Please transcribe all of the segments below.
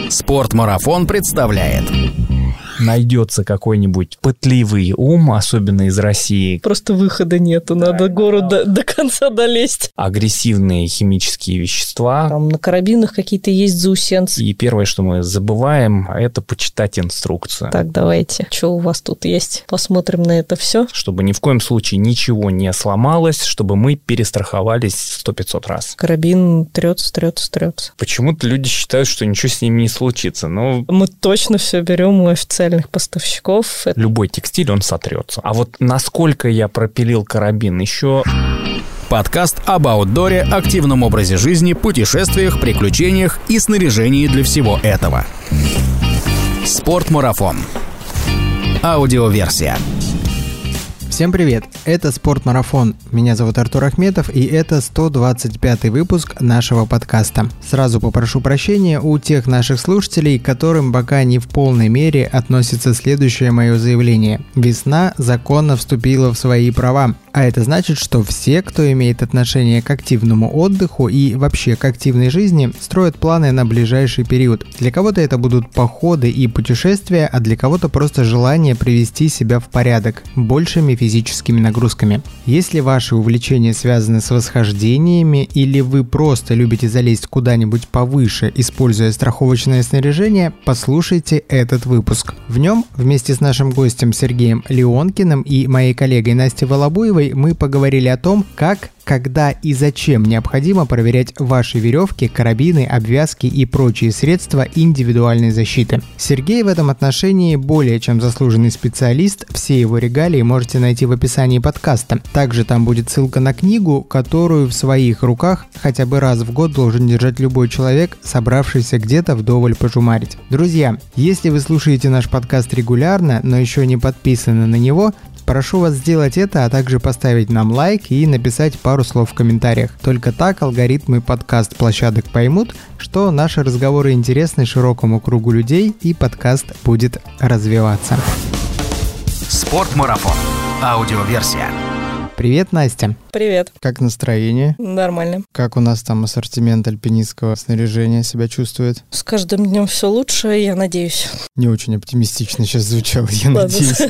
Спортмарафон представляет. Найдется какой-нибудь пытливый ум, особенно из России. Просто выхода нету, надо гору до конца долезть. Агрессивные химические вещества. Там на карабинах какие-то есть заусенцы. И первое, что мы забываем, это почитать инструкцию. Так, давайте, что у вас тут есть? Посмотрим на это все. Чтобы ни в коем случае ничего не сломалось, чтобы мы перестраховались 100-500 раз. Карабин трется. Почему-то люди считают, что ничего с ними не случится. Но мы точно все берем у официальных поставщиков. Любой текстиль, он сотрется. А вот насколько я пропилил карабин, еще... Подкаст об аутдоре, активном образе жизни, путешествиях, приключениях и снаряжении для всего этого. Спортмарафон. Аудиоверсия. Всем привет, это Спортмарафон. Меня зовут Артур Ахметов, и это 125-й выпуск нашего подкаста. Сразу попрошу прощения у тех наших слушателей, к которым пока не в полной мере относится следующее мое заявление. Весна законно вступила в свои права. А это значит, что все, кто имеет отношение к активному отдыху и вообще к активной жизни, строят планы на ближайший период. Для кого-то это будут походы и путешествия, а для кого-то просто желание привести себя в порядок большими физическими нагрузками. Если ваши увлечения связаны с восхождениями или вы просто любите залезть куда-нибудь повыше, используя страховочное снаряжение, послушайте этот выпуск. В нем вместе с нашим гостем Сергеем Леонкиным и моей коллегой Настей Волобуевой мы поговорили о том, как, когда и зачем необходимо проверять ваши веревки, карабины, обвязки и прочие средства индивидуальной защиты. Сергей в этом отношении более чем заслуженный специалист, все его регалии можете найти в описании подкаста. Также там будет ссылка на книгу, которую в своих руках хотя бы раз в год должен держать любой человек, собравшийся где-то вдоволь пожумарить. Друзья, если вы слушаете наш подкаст регулярно, но еще не подписаны на него, прошу вас сделать это, а также поставить нам лайк и написать пару слов в комментариях. Только так алгоритмы подкаст-площадок поймут, что наши разговоры интересны широкому кругу людей и подкаст будет развиваться. Спортмарафон. Аудиоверсия. Привет, Настя. Привет. Как настроение? Нормально. Как у нас там ассортимент альпинистского снаряжения себя чувствует? С каждым днем все лучше, я надеюсь. Не очень оптимистично сейчас звучало, я надеюсь.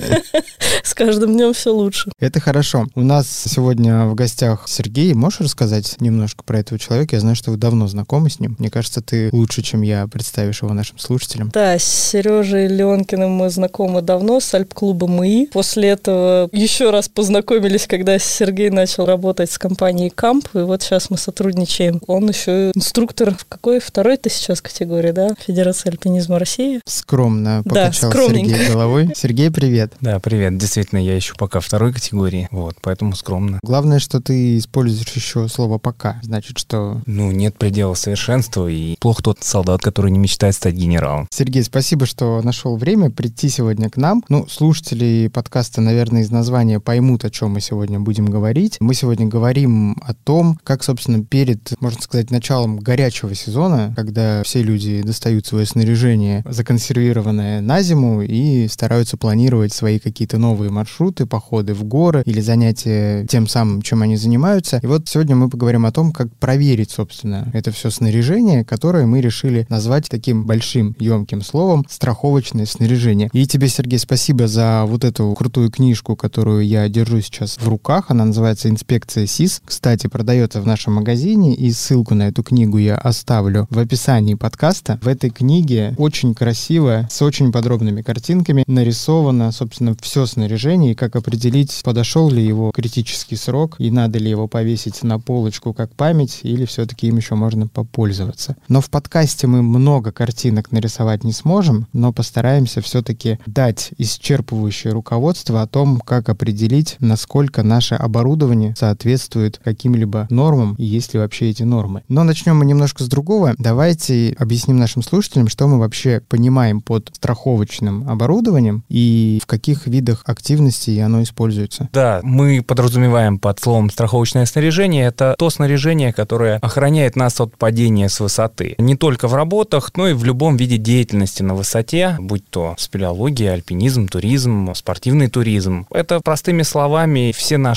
С каждым днем все лучше. Это хорошо. У нас сегодня в гостях Сергей. Можешь рассказать немножко про этого человека? Я знаю, что вы давно знакомы с ним. Мне кажется, ты лучше, чем я, представишь его нашим слушателям. Да, с Сережей Леонкиным мы знакомы давно, с альп-клубом ИИ. После этого еще раз познакомились, когда Сергей начал работать с компанией Камп, и вот сейчас мы сотрудничаем. Он еще инструктор в какой? Второй ты сейчас категории, да? Федерация альпинизма России. Скромно покачал Сергей головой. Сергей, привет. Да, привет. Действительно, я еще пока второй категории, поэтому скромно. Главное, что ты используешь еще слово «пока». Значит, что... нет предела совершенства, и плохо тот солдат, который не мечтает стать генералом. Сергей, спасибо, что нашел время прийти сегодня к нам. Слушатели подкаста, наверное, из названия поймут, о чем мы сегодня будем говорить. Мы сегодня говорим о том, как, собственно, перед, можно сказать, началом горячего сезона, когда все люди достают свое снаряжение, законсервированное на зиму, и стараются планировать свои какие-то новые маршруты, походы в горы или занятия тем самым, чем они занимаются. И вот сегодня мы поговорим о том, как проверить, собственно, это все снаряжение, которое мы решили назвать таким большим, емким словом «страховочное снаряжение». И тебе, Сергей, спасибо за вот эту крутую книжку, которую я держу сейчас в руках. Она называется «Инспекция СИС». Кстати, продается в нашем магазине, и ссылку на эту книгу я оставлю в описании подкаста. В этой книге очень красиво, с очень подробными картинками нарисовано, собственно, все снаряжение и как определить, подошел ли его критический срок и надо ли его повесить на полочку как память или все-таки им еще можно попользоваться. Но в подкасте мы много картинок нарисовать не сможем, но постараемся все-таки дать исчерпывающее руководство о том, как определить, насколько наше оборудование соответствует каким-либо нормам и есть ли вообще эти нормы. Но начнем мы немножко с другого. Давайте объясним нашим слушателям, что мы вообще понимаем под страховочным оборудованием и в каких видах активностей оно используется. Да, мы подразумеваем под словом страховочное снаряжение, это то снаряжение, которое охраняет нас от падения с высоты. Не только в работах, но и в любом виде деятельности на высоте, будь то спелеология, альпинизм, туризм, спортивный туризм. Это, простыми словами, все наши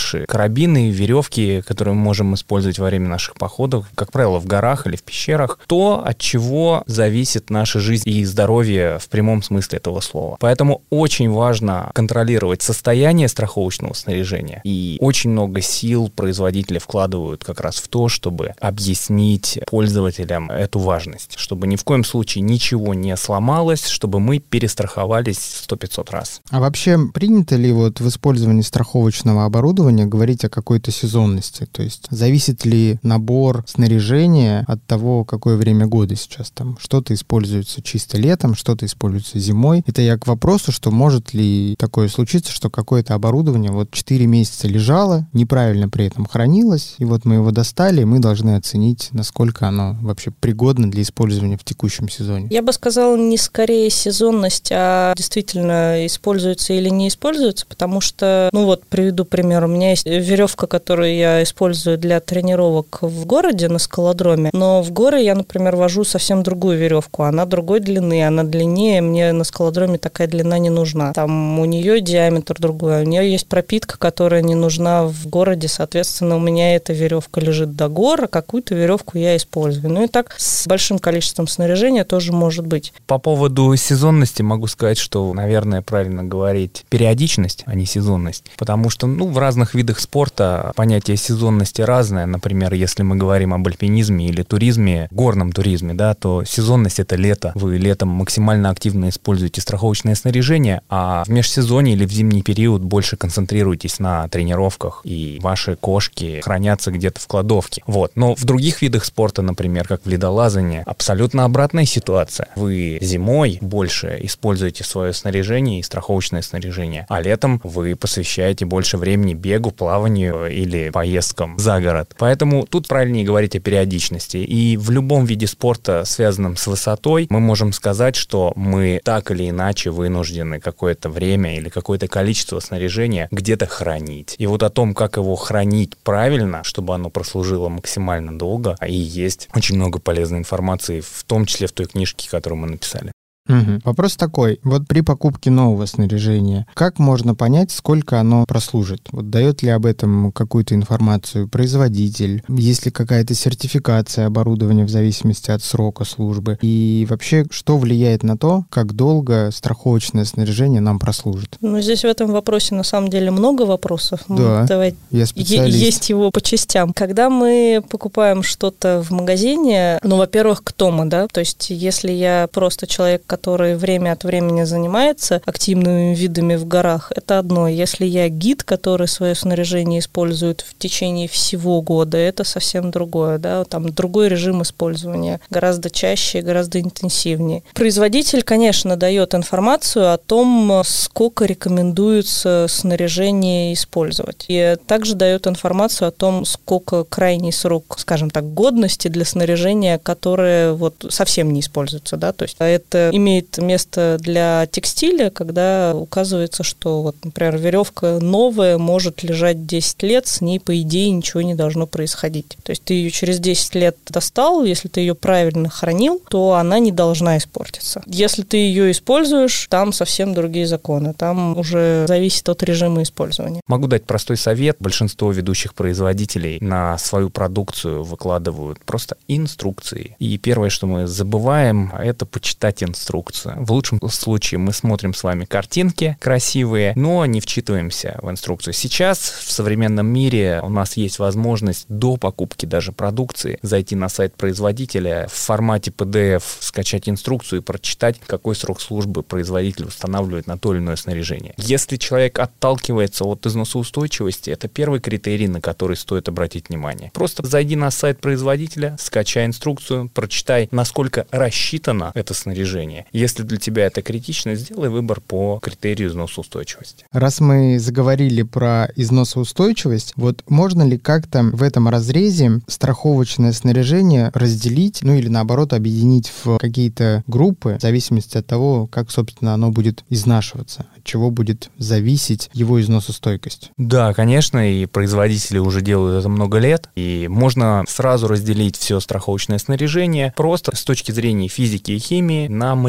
наши карабины, веревки, которые мы можем использовать во время наших походов, как правило, в горах или в пещерах, то, от чего зависит наша жизнь и здоровье в прямом смысле этого слова. Поэтому очень важно контролировать состояние страховочного снаряжения, и очень много сил производители вкладывают как раз в то, чтобы объяснить пользователям эту важность, чтобы ни в коем случае ничего не сломалось, чтобы мы перестраховались 100-500 раз. А вообще принято ли вот в использовании страховочного оборудования говорить о какой-то сезонности? То есть зависит ли набор снаряжения от того, какое время года сейчас там? Что-то используется чисто летом, что-то используется зимой. Это я к вопросу, что может ли такое случиться, что какое-то оборудование вот 4 месяца лежало, неправильно при этом хранилось, и вот мы его достали, и мы должны оценить, насколько оно вообще пригодно для использования в текущем сезоне. Я бы сказала, не скорее сезонность, а действительно используется или не используется, потому что, приведу пример. У меня есть веревка, которую я использую для тренировок в городе на скалодроме, но в горы я, например, вожу совсем другую веревку. Она другой длины, она длиннее, мне на скалодроме такая длина не нужна. Там у нее диаметр другой, у нее есть пропитка, которая не нужна в городе, соответственно, у меня эта веревка лежит до гор, а какую-то веревку я использую. Ну и так с большим количеством снаряжения тоже может быть. По поводу сезонности могу сказать, что, наверное, правильно говорить периодичность, а не сезонность, потому что, в разных видах спорта понятие сезонности разное. Например, если мы говорим об альпинизме или туризме, горном туризме, да, то сезонность — это лето. Вы летом максимально активно используете страховочное снаряжение, а в межсезонье или в зимний период больше концентрируетесь на тренировках, и ваши кошки хранятся где-то в кладовке. Но в других видах спорта, например, как в ледолазании, абсолютно обратная ситуация. Вы зимой больше используете свое снаряжение и страховочное снаряжение, а летом вы посвящаете больше времени бегу, плаванию или поездкам за город. Поэтому тут правильнее говорить о периодичности. И в любом виде спорта, связанном с высотой, мы можем сказать, что мы так или иначе вынуждены какое-то время или какое-то количество снаряжения где-то хранить. И вот о том, как его хранить правильно, чтобы оно прослужило максимально долго, и есть очень много полезной информации, в том числе в той книжке, которую мы написали. Вопрос такой. Вот при покупке нового снаряжения, как можно понять, сколько оно прослужит? Дает ли об этом какую-то информацию производитель? Есть ли какая-то сертификация оборудования в зависимости от срока службы? И вообще, что влияет на то, как долго страховочное снаряжение нам прослужит? Здесь в этом вопросе на самом деле много вопросов. Да, я специалист. Есть его по частям. Когда мы покупаем что-то в магазине, во-первых, кто мы, да? То есть если я просто человек, который время от времени занимается активными видами в горах, это одно. Если я гид, который свое снаряжение использует в течение всего года, это совсем другое, да, там другой режим использования, гораздо чаще, гораздо интенсивнее. Производитель, конечно, дает информацию о том, сколько рекомендуется снаряжение использовать. И также дает информацию о том, сколько крайний срок, скажем так, годности для снаряжения, которое совсем не используется, да, то есть это имеет место для текстиля, когда указывается, что, например, веревка новая может лежать 10 лет, с ней, по идее, ничего не должно происходить. То есть ты ее через 10 лет достал, если ты ее правильно хранил, то она не должна испортиться. Если ты ее используешь, там совсем другие законы, там уже зависит от режима использования. Могу дать простой совет. Большинство ведущих производителей на свою продукцию выкладывают просто инструкции. И первое, что мы забываем, это почитать инструкцию. В лучшем случае мы смотрим с вами картинки красивые, но не вчитываемся в инструкцию. Сейчас в современном мире у нас есть возможность до покупки даже продукции зайти на сайт производителя, в формате PDF скачать инструкцию и прочитать, какой срок службы производитель устанавливает на то или иное снаряжение. Если человек отталкивается от износоустойчивости, это первый критерий, на который стоит обратить внимание. Просто зайди на сайт производителя, скачай инструкцию, прочитай, насколько рассчитано это снаряжение. Если для тебя это критично, сделай выбор по критерию износоустойчивости. Раз мы заговорили про износоустойчивость, можно ли как-то в этом разрезе страховочное снаряжение разделить, или наоборот объединить в какие-то группы, в зависимости от того, как, собственно, оно будет изнашиваться, от чего будет зависеть его износостойкость? Да, конечно, и производители уже делают это много лет, и можно сразу разделить все страховочное снаряжение просто с точки зрения физики и химии на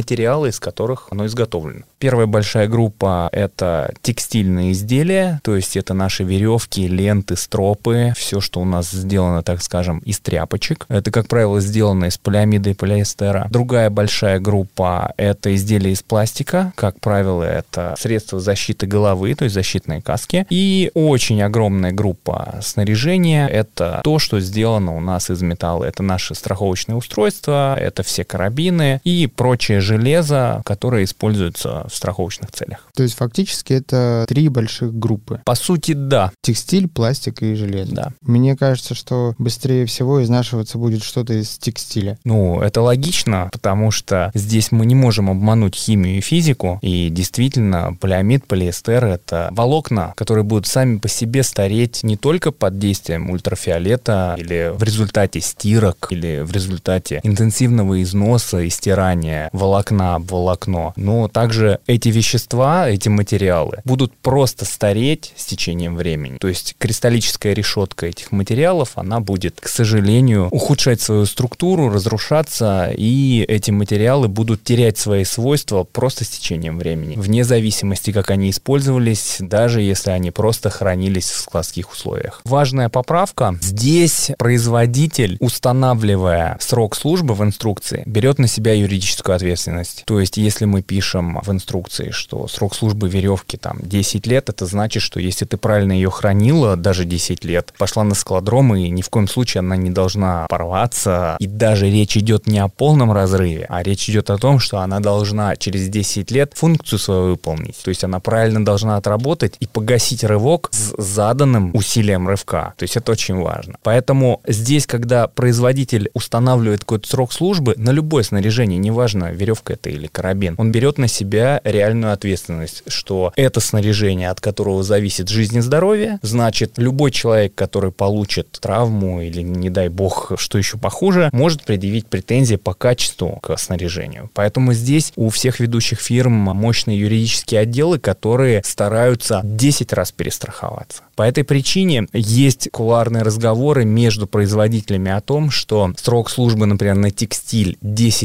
материалы, из которых оно изготовлено. Первая большая группа — это текстильные изделия, то есть это наши веревки, ленты, стропы, все, что у нас сделано, так скажем, из тряпочек. Это, как правило, сделано из полиамида и полиэстера. Другая большая группа — это изделия из пластика, как правило, это средства защиты головы, то есть защитные каски. И очень огромная группа снаряжения — это то, что сделано у нас из металла. Это наши страховочные устройства, это все карабины и прочее железо, которое используется в страховочных целях. То есть фактически это 3 больших группы. По сути, да. Текстиль, пластик и железо. Да. Мне кажется, что быстрее всего изнашиваться будет что-то из текстиля. Это логично, потому что здесь мы не можем обмануть химию и физику, и действительно полиамид, полиэстер — это волокна, которые будут сами по себе стареть не только под действием ультрафиолета или в результате стирок, или в результате интенсивного износа и стирания волокна об волокно, но также эти вещества, эти материалы будут просто стареть с течением времени. То есть кристаллическая решетка этих материалов, она будет, к сожалению, ухудшать свою структуру, разрушаться, и эти материалы будут терять свои свойства просто с течением времени, вне зависимости, как они использовались, даже если они просто хранились в складских условиях. Важная поправка. Здесь производитель, устанавливая срок службы в инструкции, берет на себя юридическую ответственность. То есть, если мы пишем в инструкции, что срок службы веревки 10 лет, это значит, что если ты правильно ее хранила даже 10 лет, пошла на складром, и ни в коем случае она не должна порваться. И даже речь идет не о полном разрыве, а речь идет о том, что она должна через 10 лет функцию свою выполнить. То есть она правильно должна отработать и погасить рывок с заданным усилием рывка. То есть это очень важно. Поэтому здесь, когда производитель устанавливает какой-то срок службы на любое снаряжение, неважно, веревка это или карабин, он берет на себя реальную ответственность, что это снаряжение, от которого зависит жизнь и здоровье, значит, любой человек, который получит травму или, не дай бог, что еще похуже, может предъявить претензии по качеству к снаряжению. Поэтому здесь у всех ведущих фирм мощные юридические отделы, которые стараются 10 раз перестраховаться. По этой причине есть кулуарные разговоры между производителями о том, что срок службы, например, на текстиль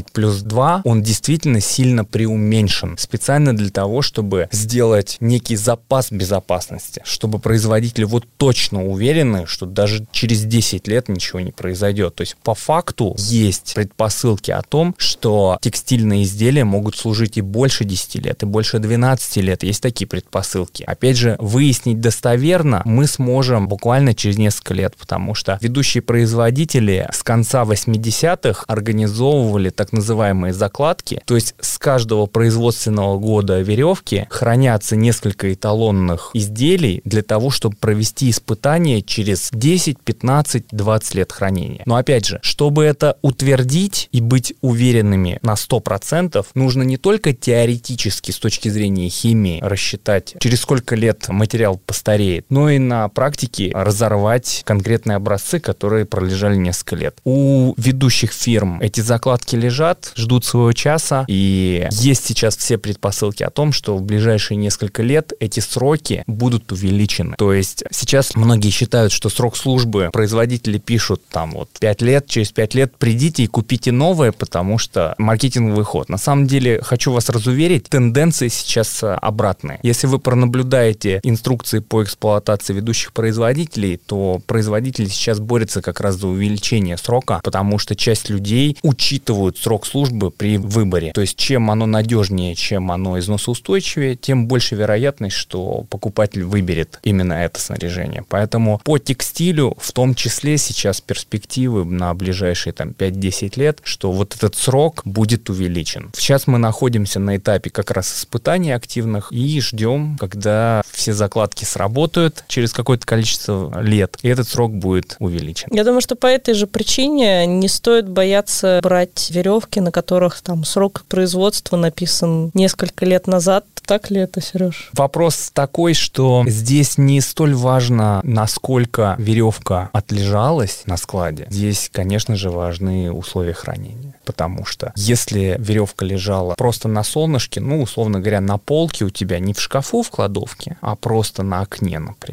10+2, он действительно сильно преуменьшен. Специально для того, чтобы сделать некий запас безопасности, чтобы производители точно уверены, что даже через 10 лет ничего не произойдет. То есть по факту есть предпосылки о том, что текстильные изделия могут служить и больше 10 лет, и больше 12 лет. Есть такие предпосылки. Опять же, выяснить достоверно мы сможем буквально через несколько лет, потому что ведущие производители с конца 80-х организовывали так называемые закладки, то есть с каждого производственного года веревки хранятся несколько эталонных изделий для того, чтобы провести испытания через 10, 15, 20 лет хранения. Но опять же, чтобы это утвердить и быть уверенными на 100%, нужно не только теоретически с точки зрения химии рассчитать, через сколько лет материал постареет, но и на практике разорвать конкретные образцы, которые пролежали несколько лет. У ведущих фирм эти закладки лежат, ждут своего часа, и есть сейчас все предпосылки о том, что в ближайшие несколько лет эти сроки будут увеличены. То есть сейчас многие считают, что срок службы производители пишут 5 лет, через 5 лет придите и купите новое, потому что маркетинговый ход. На самом деле, хочу вас разуверить, тенденции сейчас обратные. Если вы пронаблюдаете инструкции по эксплуатации ведущих производителей, то производители сейчас борются как раз за увеличение срока, потому что часть людей учитывают срок службы при выборе. То есть чем оно надежнее, чем оно износоустойчивее, тем больше вероятность, что покупатель выберет именно это снаряжение. Поэтому по текстилю в том числе сейчас перспективы на ближайшие 5-10 лет, что этот срок будет увеличен. Сейчас мы находимся на этапе как раз испытаний активных и ждем, когда все закладки сработают через какое-то количество лет, и этот срок будет увеличен. Я думаю, что по этой же причине не стоит бояться брать веревки, на которых срок производства написан несколько лет назад. Так ли это, Сереж? Вопрос такой, что здесь не столь важно, насколько веревка отлежалась на складе. Здесь, конечно же, важны условия хранения. Потому что если веревка лежала просто на солнышке, условно говоря, на полке у тебя, не в шкафу в кладовке, а просто на окне, например,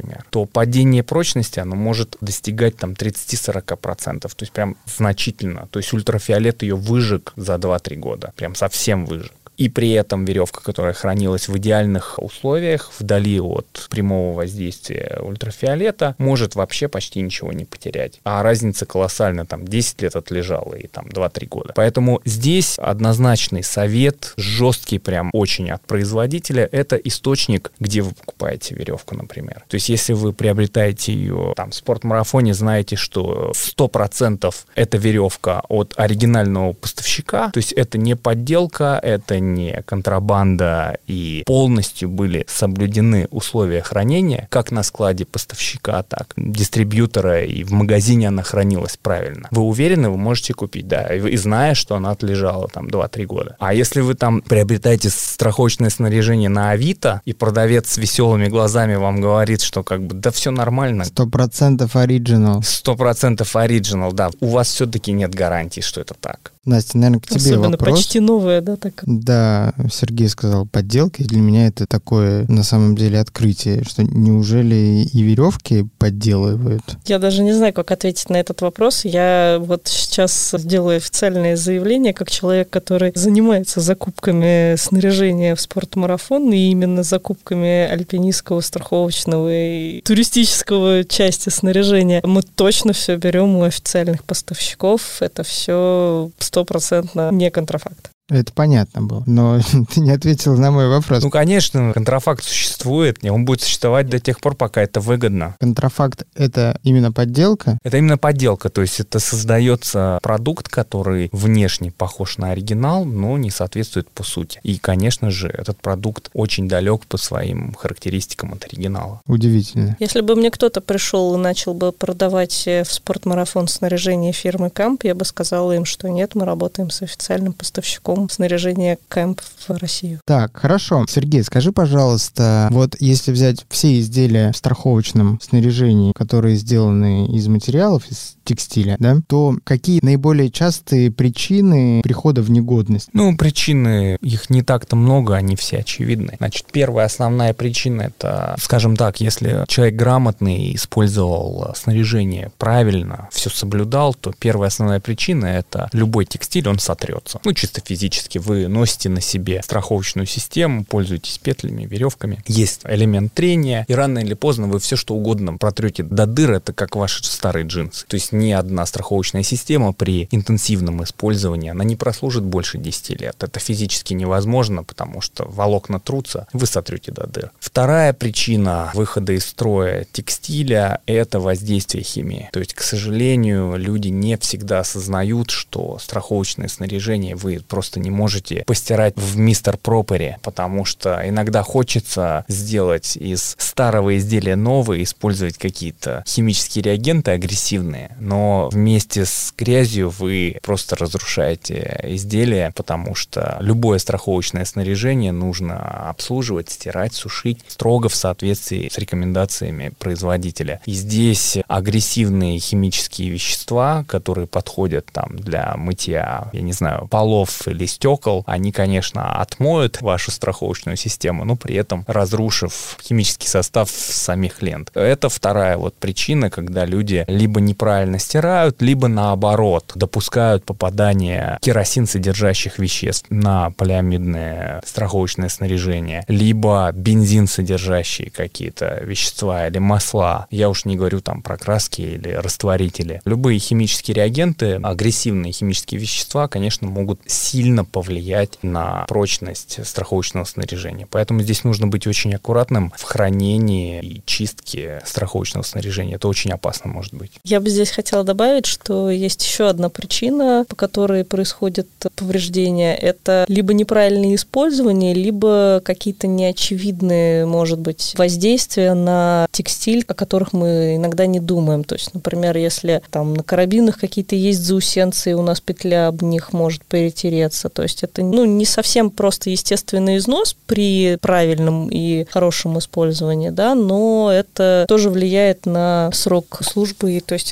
например, то падение прочности, оно может достигать там 30-40%, то есть прям значительно. То есть ультрафиолет ее выжег за 2-3 года, прям совсем выжег. И при этом веревка, которая хранилась в идеальных условиях, вдали от прямого воздействия ультрафиолета, может вообще почти ничего не потерять. А разница колоссальна, там 10 лет отлежала и там 2-3 года. Поэтому здесь однозначный совет, жесткий прям очень от производителя, это источник, где вы покупаете веревку, например. То есть если вы приобретаете ее там в спортмарафоне, знаете, что 100% это веревка от оригинального поставщика, то есть это не подделка, это не контрабанда, и полностью были соблюдены условия хранения, как на складе поставщика, так дистрибьютора, и в магазине она хранилась правильно. Вы уверены, вы можете купить, да, и зная, что она отлежала там 2-3 года. А если вы там приобретаете страховочное снаряжение на Авито, и продавец с веселыми глазами вам говорит, что как бы да все нормально. 100% оригинал. 100% оригинал, да. У вас все-таки нет гарантии, что это так. Настя, наверное, к тебе Особенно вопрос. почти новая, да, так? Да, Сергей сказал подделки. Для меня это такое, на самом деле, открытие, что неужели и веревки подделывают? Я даже не знаю, как ответить на этот вопрос. Я вот сейчас сделаю официальное заявление, как человек, который занимается закупками снаряжения в спортмарафон, и именно закупками альпинистского, страховочного и туристического части снаряжения. Мы точно все берем у официальных поставщиков. Это все 100% не контрафакт. Это понятно было, но ты не ответил на мой вопрос. Ну, конечно, контрафакт существует, и он будет существовать до тех пор, пока это выгодно. Контрафакт — это именно подделка? Это именно подделка, то есть это создается продукт, который внешне похож на оригинал, но не соответствует по сути. И, конечно же, этот продукт очень далек по своим характеристикам от оригинала. Удивительно. Если бы мне кто-то пришел и начал бы продавать в спортмарафон снаряжение фирмы Камп, я бы сказала им, что нет, мы работаем с официальным поставщиком снаряжения Камп в Россию. Так, хорошо. Сергей, скажи, пожалуйста, вот если взять все изделия в страховочном снаряжении, которые сделаны из материалов, из текстиля, да, то какие наиболее частые причины прихода в негодность? Ну, причины, их не так-то много, они все очевидны. Значит, первая основная причина — это, скажем так, если человек грамотный, использовал снаряжение правильно, все соблюдал, то первая основная причина — это любой текстиль, он сотрется. Ну, чисто физически вы носите на себе страховочную систему, пользуетесь петлями, веревками. Есть элемент трения, и рано или поздно вы все что угодно протрете до дыр, это как ваши старые джинсы. То есть ни одна страховочная система при интенсивном использовании, она не прослужит больше 10 лет. Это физически невозможно, потому что волокна трутся, вы сотрете до дыр. Вторая причина выхода из строя текстиля — это воздействие химии. То есть, к сожалению, люди не всегда осознают, что страховочное снаряжение вы просто не можете постирать в мистер Пропере, потому что иногда хочется сделать из старого изделия новое, использовать какие-то химические реагенты агрессивные, но вместе с грязью вы просто разрушаете изделие, потому что любое страховочное снаряжение нужно обслуживать, стирать, сушить строго в соответствии с рекомендациями производителя. И здесь агрессивные химические вещества, которые подходят там для мытья, я не знаю, полов или стекол, они, конечно, отмоют вашу страховочную систему, но при этом разрушив химический состав самих лент. Это вторая вот причина, когда люди либо неправильно стирают, либо наоборот допускают попадание керосин содержащих веществ на полиамидное страховочное снаряжение, либо бензин содержащие какие-то вещества или масла. Я уж не говорю там про краски или растворители. Любые химические реагенты, агрессивные химические вещества, конечно, могут сильно повлиять на прочность страховочного снаряжения. Поэтому здесь нужно быть очень аккуратным в хранении и чистке страховочного снаряжения. Это очень опасно может быть. Я бы здесь хотела добавить, что есть еще одна причина, по которой происходит повреждение. Это либо неправильное использование, либо какие-то неочевидные, может быть, воздействия на текстиль, о которых мы иногда не думаем. То есть, например, если там на карабинах какие-то есть заусенцы, и у нас петля об них может перетереться. То есть это не совсем просто естественный износ при правильном и хорошем использовании, да, но это тоже влияет на срок службы, и то есть это может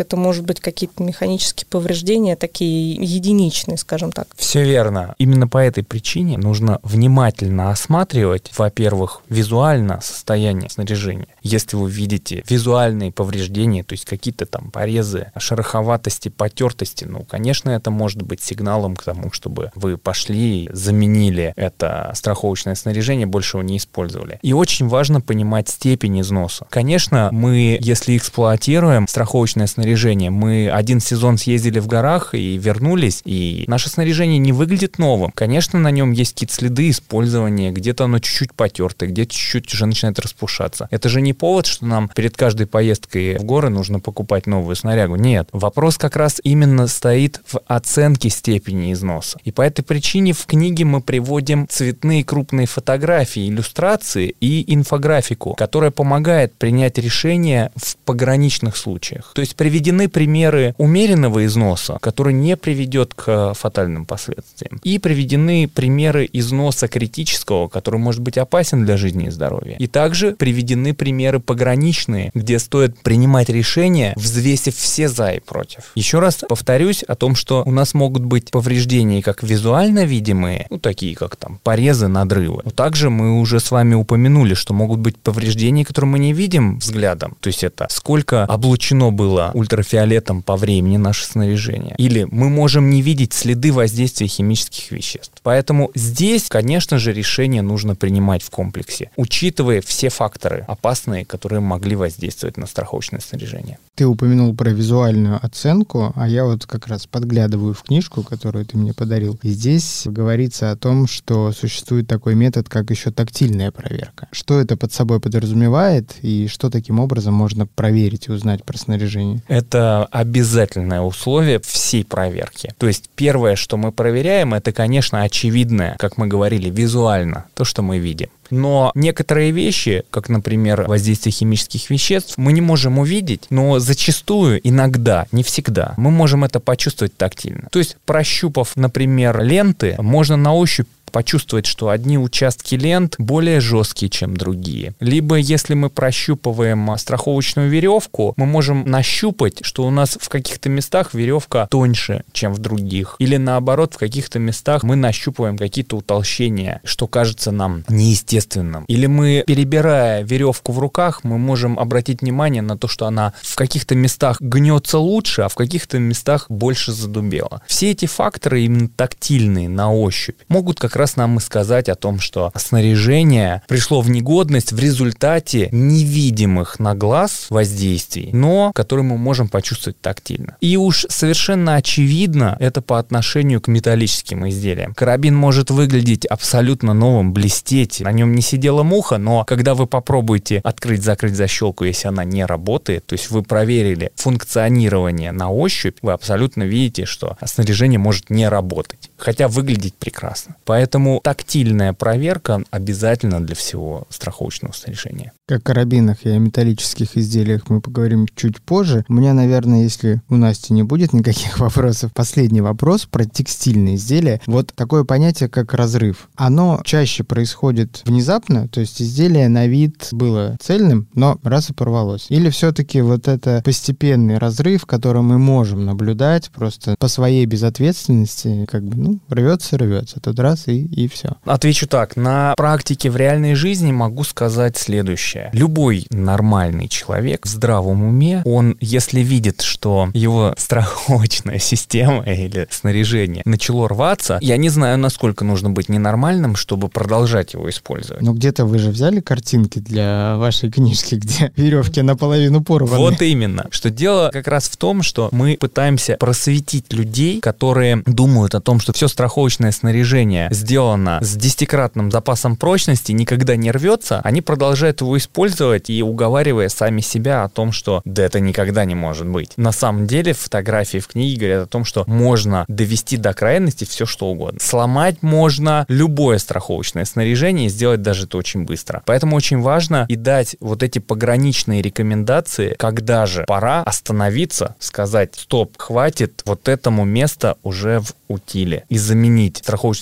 может быть, какие-то механические повреждения, такие единичные, скажем так. Все верно. Именно по этой причине нужно внимательно осматривать, во-первых, визуально состояние снаряжения. Если вы видите визуальные повреждения, то есть какие-то там порезы, шероховатости, потертости, конечно, это может быть сигналом к тому, чтобы вы пошли, заменили это страховочное снаряжение, больше его не использовали. И очень важно понимать степень износа. Конечно, мы, если эксплуатируем страховочное снаряжение, мы один сезон съездили в горах и вернулись, и наше снаряжение не выглядит новым. Конечно, на нем есть какие-то следы использования, где-то оно чуть-чуть потертое, где-то чуть-чуть уже начинает распушаться. Это же не повод, что нам перед каждой поездкой в горы нужно покупать новую снарягу. Нет. Вопрос как раз именно стоит в оценке степени износа. И по этой причине в книге мы приводим цветные крупные фотографии, иллюстрации и инфографику, которая помогает принять решение в пограничных случаях. То есть приведены примеры умеренного износа, который не приведет к фатальным последствиям. И приведены примеры износа критического, который может быть опасен для жизни и здоровья. И также приведены примеры пограничные, где стоит принимать решения, взвесив все за и против. Еще раз повторюсь о том, что у нас могут быть повреждения как визуально видимые, такие как там порезы, надрывы. Но также мы уже с вами упомянули, что могут быть повреждения, которые мы не видим взглядом. То есть это сколько облучено было ультрафиолетом по времени наше снаряжение. Или мы можем не видеть следы воздействия химических веществ. Поэтому здесь, конечно же, решение нужно принимать в комплексе, учитывая все факторы опасные, которые могли воздействовать на страховочное снаряжение. Ты упомянул про визуальную оценку, а я вот как раз подглядываю в книжку, которую ты мне подарил. И здесь говорится о том, что существует такой метод, как еще тактильная проверка. Что это под собой подразумевает и что таким образом можно проверить и узнать про снаряжение? Это обязательное условие всей проверки. То есть первое, что мы проверяем, это, конечно, очевидное, как мы говорили, визуально, то, что мы видим. Но некоторые вещи, как, например, воздействие химических веществ, мы не можем увидеть, но зачастую, иногда, не всегда, мы можем это почувствовать тактильно. То есть, прощупав, например, ленты, можно на ощупь почувствовать, что одни участки лент более жесткие, чем другие. Либо, если мы прощупываем страховочную веревку, мы можем нащупать, что у нас в каких-то местах веревка тоньше, чем в других. Или наоборот, в каких-то местах мы нащупываем какие-то утолщения, что кажется нам неестественным. Или мы, перебирая веревку в руках, мы можем обратить внимание на то, что она в каких-то местах гнется лучше, а в каких-то местах больше задубела. Все эти факторы, именно тактильные, на ощупь, могут как раз нам и сказать о том, что снаряжение пришло в негодность в результате невидимых на глаз воздействий, но которые мы можем почувствовать тактильно. И уж совершенно очевидно это по отношению к металлическим изделиям. Карабин может выглядеть абсолютно новым, блестеть, на нем не сидела муха, но когда вы попробуете открыть-закрыть защелку, если она не работает, то есть вы проверили функционирование на ощупь, вы абсолютно видите, что снаряжение может не работать, хотя выглядеть прекрасно. Поэтому тактильная проверка обязательно для всего страховочного снаряжения. О карабинах и о металлических изделиях мы поговорим чуть позже. У меня, наверное, если у Насти не будет никаких вопросов, последний вопрос про текстильные изделия. Вот такое понятие, как разрыв. Оно чаще происходит внезапно, то есть изделие на вид было цельным, но раз и порвалось. Или все-таки вот это постепенный разрыв, который мы можем наблюдать просто по своей безответственности, рвется, тут раз и все. Отвечу так. На практике в реальной жизни могу сказать следующее. Любой нормальный человек в здравом уме, он, если видит, что его страховочная система или снаряжение начало рваться, я не знаю, насколько нужно быть ненормальным, чтобы продолжать его использовать. Но где-то вы же взяли картинки для вашей книжки, где веревки наполовину порваны. Вот именно. Что дело как раз в том, что мы пытаемся просветить людей, которые думают о том, что все страховочное снаряжение сделано с 10-кратным запасом прочности, никогда не рвется, они продолжают его использовать и уговаривая сами себя о том, что да это никогда не может быть. На самом деле фотографии в книге говорят о том, что можно довести до крайности все что угодно. Сломать можно любое страховочное снаряжение и сделать даже это очень быстро. Поэтому очень важно и дать вот эти пограничные рекомендации, когда же пора остановиться, сказать стоп, хватит, вот этому место уже в утиле и заменить страховочное снаряжение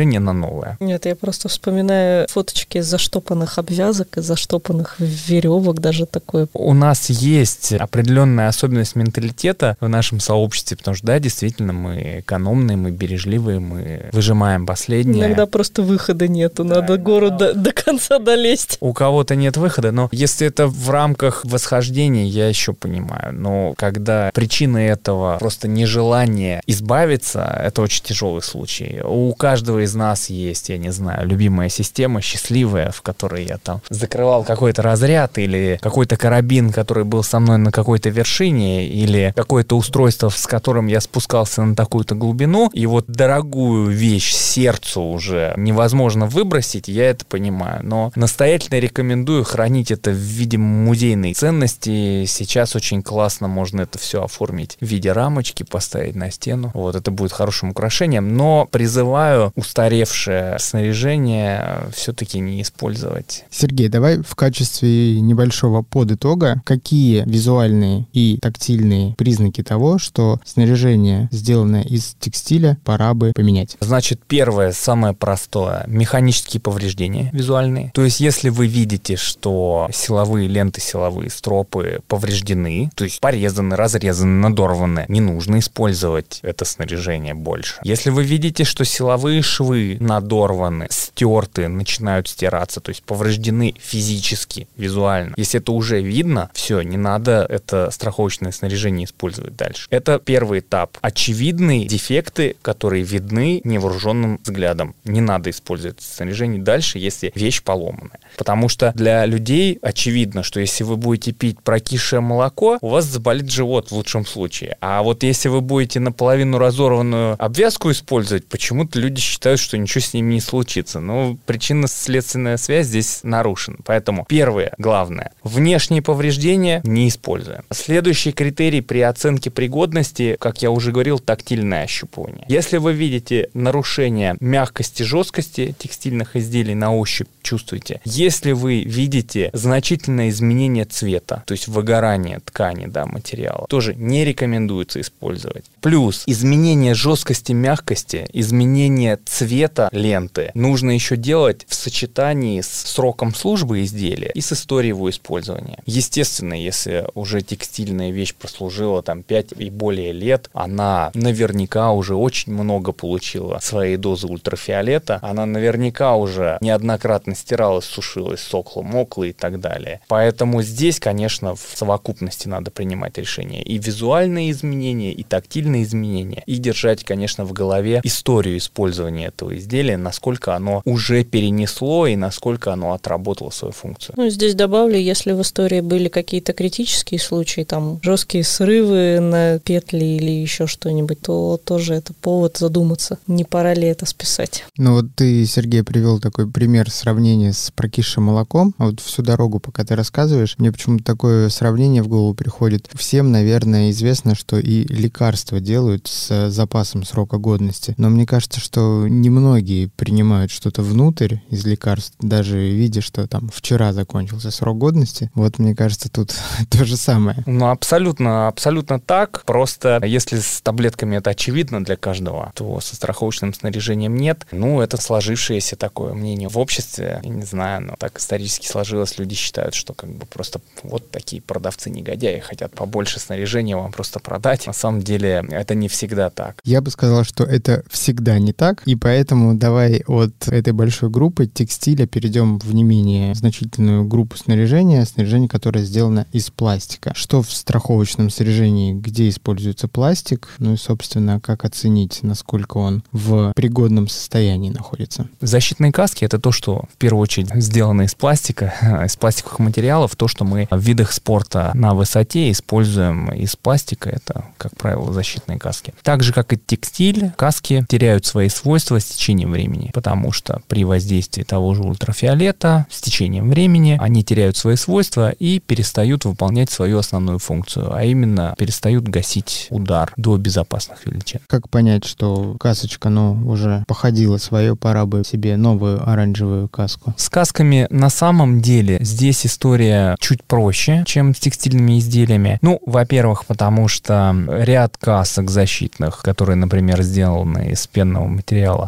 снаряжение на новое. Нет, я просто вспоминаю фоточки из заштопанных обвязок, из заштопанных веревок, даже такое. У нас есть определенная особенность менталитета в нашем сообществе, потому что, да, действительно, мы экономные, мы бережливые, мы выжимаем последнее. Иногда просто выхода нету, надо гору до конца долезть. У кого-то нет выхода, но если это в рамках восхождения, я еще понимаю. Но когда причина этого просто нежелание избавиться, это очень тяжелый случай. У каждого из нас есть, я не знаю, любимая система, счастливая, в которой я там закрывал какой-то разряд или какой-то карабин, который был со мной на какой-то вершине, или какое-то устройство, с которым я спускался на такую-то глубину, и вот дорогую вещь сердцу уже невозможно выбросить, я это понимаю. Но настоятельно рекомендую хранить это в виде музейной ценности. Сейчас очень классно можно это все оформить в виде рамочки, поставить на стену. Вот, это будет хорошим украшением, но призываю устаревшее снаряжение все-таки не использовать. Сергей, давай в качестве небольшого подытога, какие визуальные и тактильные признаки того, что снаряжение, сделанное из текстиля, пора бы поменять? Значит, первое, самое простое, механические повреждения визуальные. То есть, если вы видите, что силовые ленты, силовые стропы повреждены, то есть порезаны, разрезаны, надорваны, не нужно использовать это снаряжение больше. Если вы видите, что силовые швы надорваны, стерты, начинают стираться, то есть повреждены физически, визуально. Если это уже видно, все, не надо это страховочное снаряжение использовать дальше. Это первый этап. Очевидные дефекты, которые видны невооруженным взглядом. Не надо использовать это снаряжение дальше, если вещь поломанная. Потому что для людей очевидно, что если вы будете пить прокисшее молоко, у вас заболит живот в лучшем случае. А вот если вы будете наполовину разорванную обвязку использовать, почему-то люди считают, что ничего с ними не случится. Но причинно-следственная связь здесь нарушена. Поэтому первое, главное, внешние повреждения не используем. Следующий критерий при оценке пригодности, как я уже говорил, тактильное ощупывание. Если вы видите нарушение мягкости, жесткости текстильных изделий на ощупь, чувствуете. Если вы видите значительное изменение цвета, то есть выгорание ткани, да, материала, тоже не рекомендуется использовать. Плюс изменение жесткости, мягкости, изменение цвета ленты нужно еще делать в сочетании с сроком службы изделия и с историей его использования. Естественно, если уже текстильная вещь прослужила там 5 и более лет, она наверняка уже очень много получила своей дозы ультрафиолета, она наверняка уже неоднократно стиралась, сушилась, сохла, мокла и так далее. Поэтому здесь, конечно, в совокупности надо принимать решения. И визуальные изменения, и тактильные изменения. И держать, конечно, в голове историю использования этого изделия, насколько оно уже перенесло и насколько оно отработало свою функцию. Ну, здесь добавлю, если в истории были какие-то критические случаи, там жесткие срывы на петли или еще что-нибудь, то тоже это повод задуматься, не пора ли это списать. Ну вот ты, Сергей, привел такой пример сравнения с прокисшим молоком. А вот всю дорогу, пока ты рассказываешь, мне почему-то такое сравнение в голову приходит. Всем, наверное, известно, что и лекарства делают с запасом срока годности. Но мне кажется, что немногие принимают что-то внутрь из лекарств, даже видя, что там вчера закончился срок годности. Вот, мне кажется, тут то же самое. Ну, абсолютно так. Просто если с таблетками это очевидно для каждого, то со страховочным снаряжением нет. Ну, это сложившееся такое мнение в обществе. Я не знаю, но так исторически сложилось. Люди считают, что как бы просто вот такие продавцы-негодяи хотят побольше снаряжения вам просто продать. На самом деле это не всегда так. Я бы сказал, что это всегда не так, и поэтому давай от этой большой группы текстиля перейдем в не менее значительную группу снаряжения, которое сделано из пластика. Что в страховочном снаряжении, где используется пластик, ну и, собственно, как оценить, насколько он в пригодном состоянии находится? Защитные каски — это то, что в первую очередь сделано из пластика, из пластиковых материалов. То, что мы в видах спорта на высоте используем из пластика, это, как правило, защитные каски. Так же, как и текстиль, каски теряют свои свойства с течением времени, потому что при воздействии того же ультрафиолета с течением времени они теряют свои свойства и перестают выполнять свою основную функцию, а именно перестают гасить удар до безопасных величин. Как понять, что касочка, уже походила свое, пора бы себе новую оранжевую каску? С касками на самом деле здесь история чуть проще, чем с текстильными изделиями. Во-первых, потому что ряд касок защитных, которые, например, сделаны из пенного материала,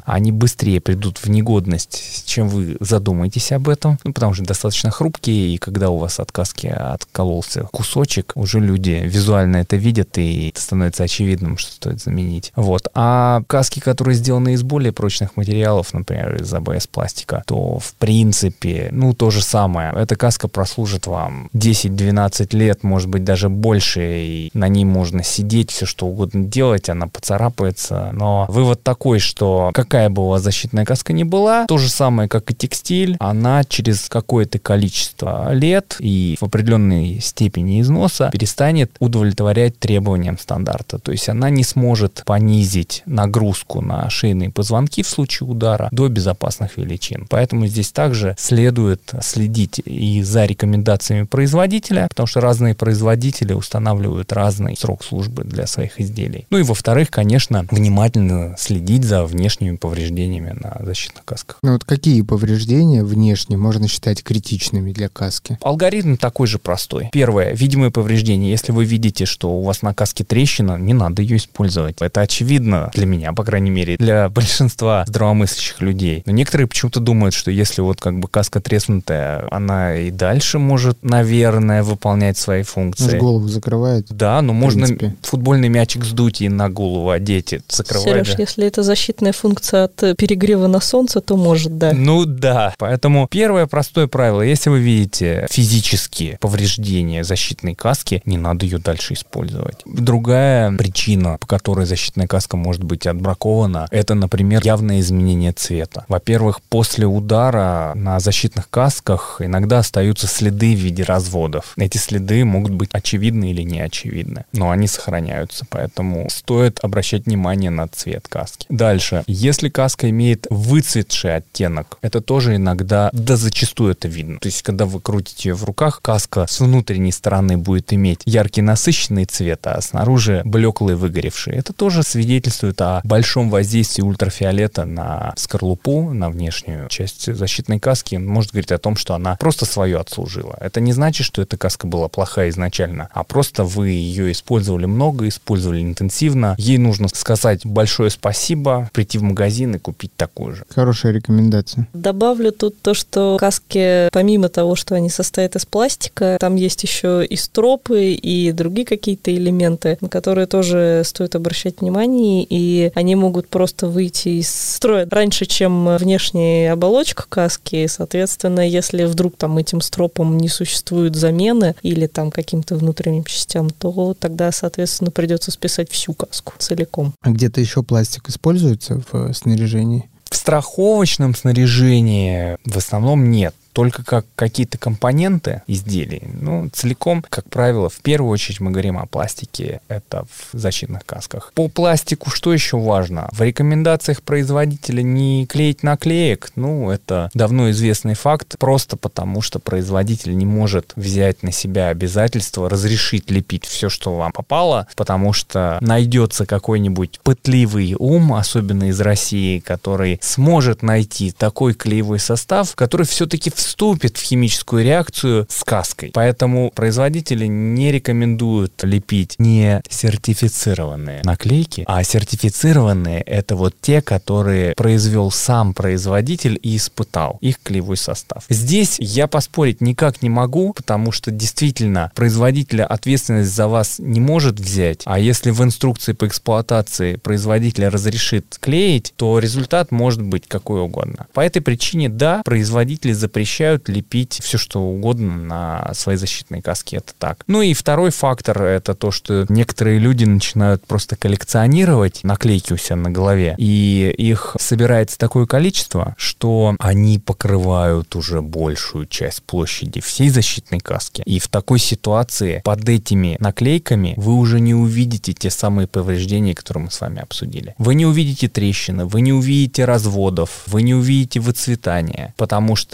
они быстрее придут в негодность, чем вы задумаетесь об этом, потому что достаточно хрупкие, и когда у вас от каски откололся кусочек, уже люди визуально это видят, и это становится очевидным, что стоит заменить. Вот. А каски, которые сделаны из более прочных материалов, например, из АБС-пластика, то, в принципе, то же самое. Эта каска прослужит вам 10-12 лет, может быть, даже больше, и на ней можно сидеть, все что угодно делать, она поцарапается. Но вывод такой, что какая бы у вас защитная каска ни была, то же самое, как и текстиль, она через какое-то количество лет и в определенной степени износа перестанет удовлетворять требованиям стандарта. То есть она не сможет понизить нагрузку на шейные позвонки в случае удара до безопасных величин. Поэтому здесь также следует следить и за рекомендациями производителя, потому что разные производители устанавливают разный срок службы для своих изделий. И во-вторых, конечно, внимательно следить за внешними повреждениями на защитных касках. Какие повреждения внешне можно считать критичными для каски? Алгоритм такой же простой. Первое. Видимые повреждения. Если вы видите, что у вас на каске трещина, не надо ее использовать. Это очевидно для меня, по крайней мере, для большинства здравомыслящих людей. Но некоторые почему-то думают, что если каска треснутая, она и дальше может, наверное, выполнять свои функции. Голову закрывает. Да, но можно футбольный мячик сдуть и на голову одеть, закрывать. Сереж, если это защитная функция от перегрева на солнце, то может, да. Да. Поэтому первое простое правило. Если вы видите физические повреждения защитной каски, не надо ее дальше использовать. Другая причина, по которой защитная каска может быть отбракована, это, например, явное изменение цвета. Во-первых, после удара на защитных касках иногда остаются следы в виде разводов. Эти следы могут быть очевидны или неочевидны, но они сохраняются, поэтому стоит обращать внимание на цвет каски. Дальше. Если каска имеет выцветший оттенок, это тоже иногда, зачастую это видно. То есть, когда вы крутите ее в руках, каска с внутренней стороны будет иметь яркий насыщенный цвет, а снаружи блеклый выгоревший. Это тоже свидетельствует о большом воздействии ультрафиолета на скорлупу, на внешнюю часть защитной каски. Может говорить о том, что она просто свое отслужила. Это не значит, что эта каска была плохая изначально, а просто вы ее использовали много, использовали интенсивно. Ей нужно сказать большое спасибо, прийти в магазин и купить такую же. Хорошая рекомендация. Добавлю тут то, что каски, помимо того, что они состоят из пластика, там есть еще и стропы, и другие какие-то элементы, на которые тоже стоит обращать внимание, и они могут просто выйти из строя раньше, чем внешняя оболочка каски. Соответственно, если вдруг там этим стропом не существует замены или там каким-то внутренним частям, то тогда, соответственно, придется списать всю каску целиком. А где-то еще пластик используется в снаряжении? В страховочном снаряжении в основном нет. Только как какие-то компоненты изделий. Целиком, как правило, в первую очередь мы говорим о пластике. Это в защитных касках. По пластику что еще важно? В рекомендациях производителя не клеить наклеек. Это давно известный факт. Просто потому, что производитель не может взять на себя обязательство разрешить лепить все, что вам попало, потому что найдется какой-нибудь пытливый ум, особенно из России, который сможет найти такой клеевой состав, который все-таки вступит в химическую реакцию с каской. Поэтому производители не рекомендуют лепить не сертифицированные наклейки, а сертифицированные — это те, которые произвел сам производитель и испытал их клеевой состав. Здесь я поспорить никак не могу, потому что действительно производителя ответственность за вас не может взять, а если в инструкции по эксплуатации производитель разрешит клеить, то результат может быть какой угодно. По этой причине, да, производители запрещают лепить все, что угодно на свои защитные каски. Это так. И второй фактор — это то, что некоторые люди начинают просто коллекционировать наклейки у себя на голове, и их собирается такое количество, что они покрывают уже большую часть площади всей защитной каски. И в такой ситуации под этими наклейками вы уже не увидите те самые повреждения, которые мы с вами обсудили. Вы не увидите трещины, вы не увидите разводов, вы не увидите выцветания, потому что те участки,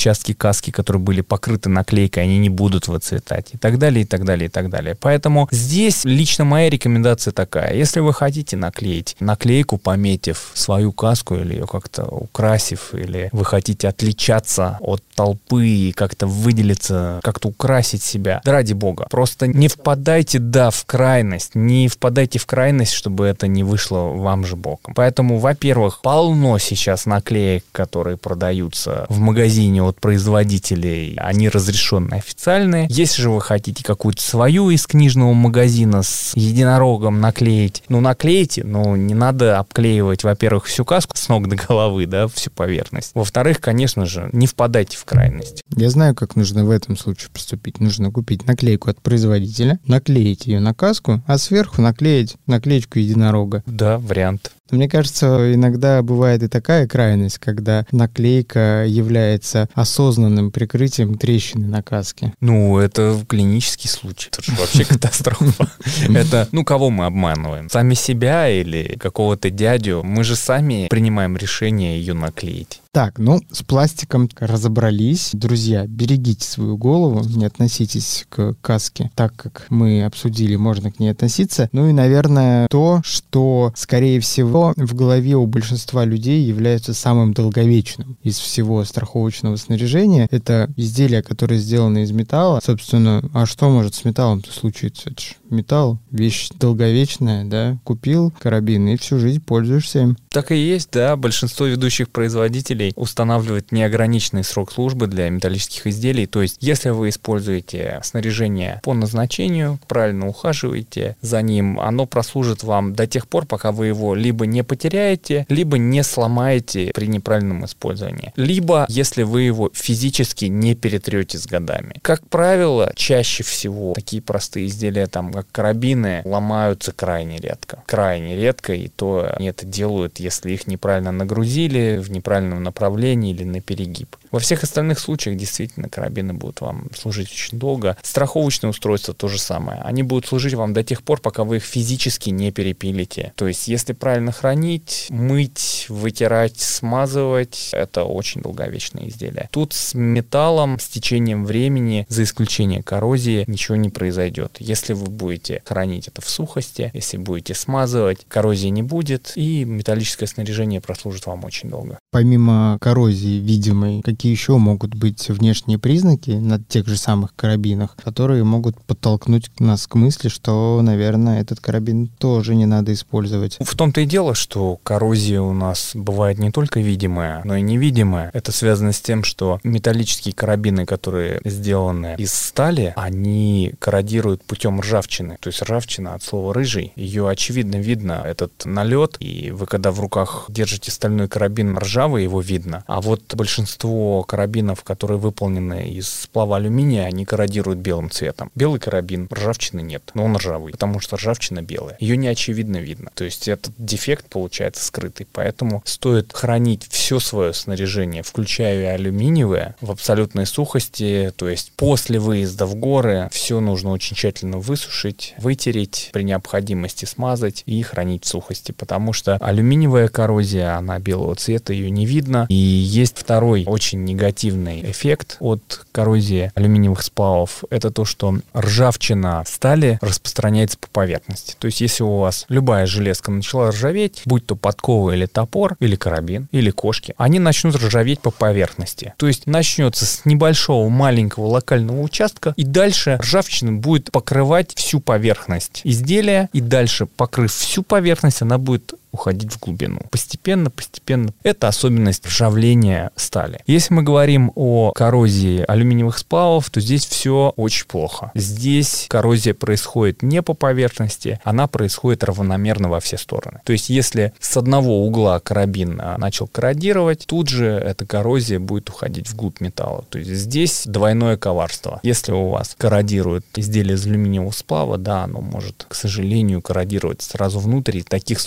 участки каски, которые были покрыты наклейкой, они не будут выцветать, и так далее, и так далее, и так далее. Поэтому здесь лично моя рекомендация такая. Если вы хотите наклеить наклейку, пометив свою каску или ее как-то украсив, или вы хотите отличаться от толпы и как-то выделиться, как-то украсить себя, да ради бога, просто не впадайте, в крайность, не впадайте в крайность, чтобы это не вышло вам же боком. Поэтому, во-первых, полно сейчас наклеек, которые продаются в магазине от производителей, они разрешенные, официальные. Если же вы хотите какую-то свою из книжного магазина с единорогом наклеить, наклейте, но не надо обклеивать, во-первых, всю каску с ног до головы, всю поверхность. Во-вторых, конечно же, не впадайте в крайность. Я знаю, как нужно в этом случае поступить. Нужно купить наклейку от производителя, наклеить ее на каску, а сверху наклеить наклеечку единорога. Да, вариант. Мне кажется, иногда бывает и такая крайность, когда наклейка является осознанным прикрытием трещины на каске. Это клинический случай. Это же вообще катастрофа. Это, кого мы обманываем? Сами себя или какого-то дядю? Мы же сами принимаем решение ее наклеить. Так, с пластиком разобрались. Друзья, берегите свою голову, не относитесь к каске так, как мы обсудили, можно к ней относиться. И, наверное, то, что, скорее всего, в голове у большинства людей является самым долговечным из всего страховочного снаряжения. Это изделия, которые сделаны из металла. Собственно, а что может с металлом-то случиться? Это же металл, вещь долговечная, Купил карабин и всю жизнь пользуешься им. Так и есть, большинство ведущих производителей устанавливает неограниченный срок службы для металлических изделий. То есть, если вы используете снаряжение по назначению, правильно ухаживаете за ним, оно прослужит вам до тех пор, пока вы его либо не потеряете, либо не сломаете при неправильном использовании. Либо, если вы его физически не перетрете с годами. Как правило, чаще всего такие простые изделия, как карабины, ломаются крайне редко. Крайне редко, и то они это делают, если их неправильно нагрузили, в неправильном направлении или на перегиб. Во всех остальных случаях действительно карабины будут вам служить очень долго. Страховочные устройства то же самое. Они будут служить вам до тех пор, пока вы их физически не перепилите. То есть, если правильно хранить, мыть, вытирать, смазывать, это очень долговечные изделия. Тут с металлом, с течением времени, за исключением коррозии, ничего не произойдет. Если вы будете хранить это в сухости, если будете смазывать, коррозии не будет, и металлическое снаряжение прослужит вам очень долго. Помимо коррозии видимой, какие еще могут быть внешние признаки на тех же самых карабинах, которые могут подтолкнуть нас к мысли, что, наверное, этот карабин тоже не надо использовать? В том-то и дело, что коррозия у нас бывает не только видимая, но и невидимая. Это связано с тем, что металлические карабины, которые сделаны из стали, они корродируют путем ржавчины. То есть ржавчина от слова «рыжий». Ее очевидно видно, этот налет, и вы когда в руках держите стальной карабин ржавый, его видно. А вот большинство карабинов, которые выполнены из сплава алюминия, они корродируют белым цветом. Белый карабин, ржавчины нет, но он ржавый, потому что ржавчина белая. Ее не очевидно видно. То есть этот дефект получается скрытый. Поэтому стоит хранить все свое снаряжение, включая и алюминиевое, в абсолютной сухости. То есть после выезда в горы все нужно очень тщательно высушить, вытереть, при необходимости смазать и хранить в сухости. Потому что алюминиевая коррозия, она белого цвета, ее не видно. И есть второй очень негативный эффект от коррозии алюминиевых сплавов. Это то, что ржавчина стали распространяется по поверхности. То есть если у вас любая железка начала ржаветь, будь то подкова или топор, или карабин, или кошки, они начнут ржаветь по поверхности. То есть начнется с небольшого, маленького локального участка, и дальше ржавчина будет покрывать всю поверхность изделия, и дальше, покрыв всю поверхность, она будет уходить в глубину. Постепенно. Это особенность ржавления стали. Если мы говорим о коррозии алюминиевых сплавов, то здесь все очень плохо. Здесь коррозия происходит не по поверхности, она происходит равномерно во все стороны. То есть если с одного угла карабин начал корродировать, тут же эта коррозия будет уходить вглубь металла. То есть здесь двойное коварство. Если у вас корродирует изделие из алюминиевого сплава, да, оно может, к сожалению, корродировать сразу внутрь. И таких случаев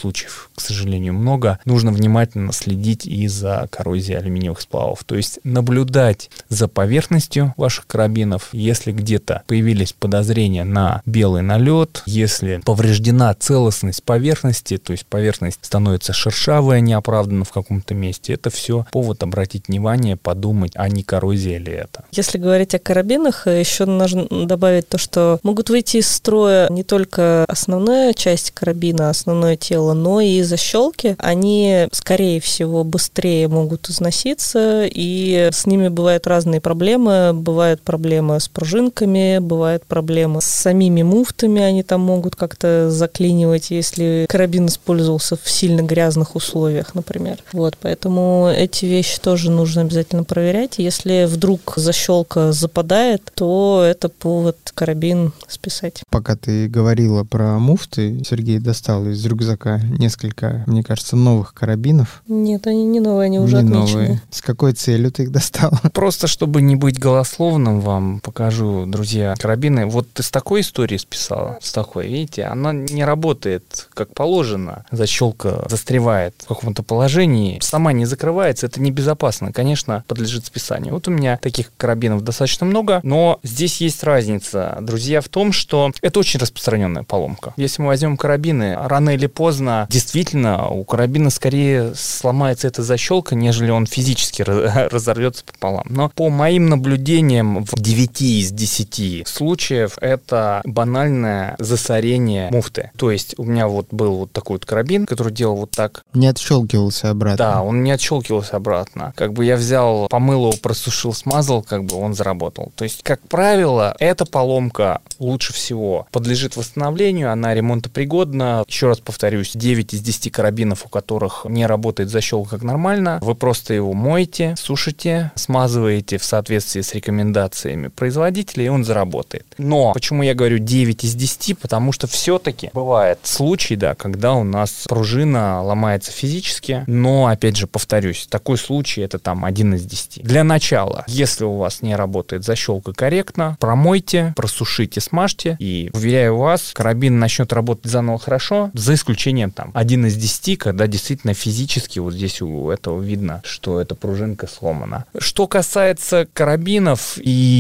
к сожалению, много, нужно внимательно следить и за коррозией алюминиевых сплавов. То есть наблюдать за поверхностью ваших карабинов. Если где-то появились подозрения на белый налет, если повреждена целостность поверхности, то есть поверхность становится шершавая неоправданно в каком-то месте, это все повод обратить внимание, подумать, а не коррозия ли это. Если говорить о карабинах, еще нужно добавить то, что могут выйти из строя не только основная часть карабина, основное тело, но и защелки. Они, скорее всего, быстрее могут износиться, и с ними бывают разные проблемы. Бывают проблемы с пружинками, бывают проблемы с самими муфтами, они там могут как-то заклинивать, если карабин использовался в сильно грязных условиях, например. Вот, поэтому эти вещи тоже нужно обязательно проверять. Если вдруг защелка западает, то это повод карабин списать. Пока ты говорила про муфты, Сергей достал из рюкзака несколько, мне кажется, новых карабинов. Нет, они не новые, они уже не отмечены. Новые. С какой целью ты их достал? Просто, чтобы не быть голословным, вам покажу, друзья, карабины. Вот ты с такой истории списала, с такой, видите, она не работает как положено. Защелка застревает в каком-то положении, сама не закрывается, это небезопасно, конечно, подлежит списанию. Вот у меня таких карабинов достаточно много, но здесь есть разница, друзья, в том, что это очень распространенная поломка. Если мы возьмем карабины, рано или поздно, действительно, у карабина скорее сломается эта защелка, нежели он физически разорвется пополам. Но по моим наблюдениям, в 9 из 10 случаев это банальное засорение муфты. То есть у меня вот был вот такой вот карабин, который делал вот так. Не отщелкивался обратно. Да, он не отщелкивался обратно. Как бы я взял, помыл его, просушил, смазал, как бы он заработал. То есть, как правило, эта поломка лучше всего подлежит восстановлению, она ремонтопригодна. Еще раз повторюсь, 9 из 10 карабинов, у которых не работает защелка как нормально, вы просто его моете, сушите, смазываете в соответствии с рекомендациями производителя, и он заработает. Но почему я говорю 9 из 10? Потому что все-таки бывает случай, да, когда у нас пружина ломается физически, но, опять же, повторюсь, такой случай это там 1 из 10. Для начала, если у вас не работает защелка корректно, промойте, просушите, смажьте, и, уверяю вас, карабин начнет работать заново хорошо, за исключением там 1 из 10, когда действительно физически вот здесь у этого видно, что эта пружинка сломана. Что касается карабинов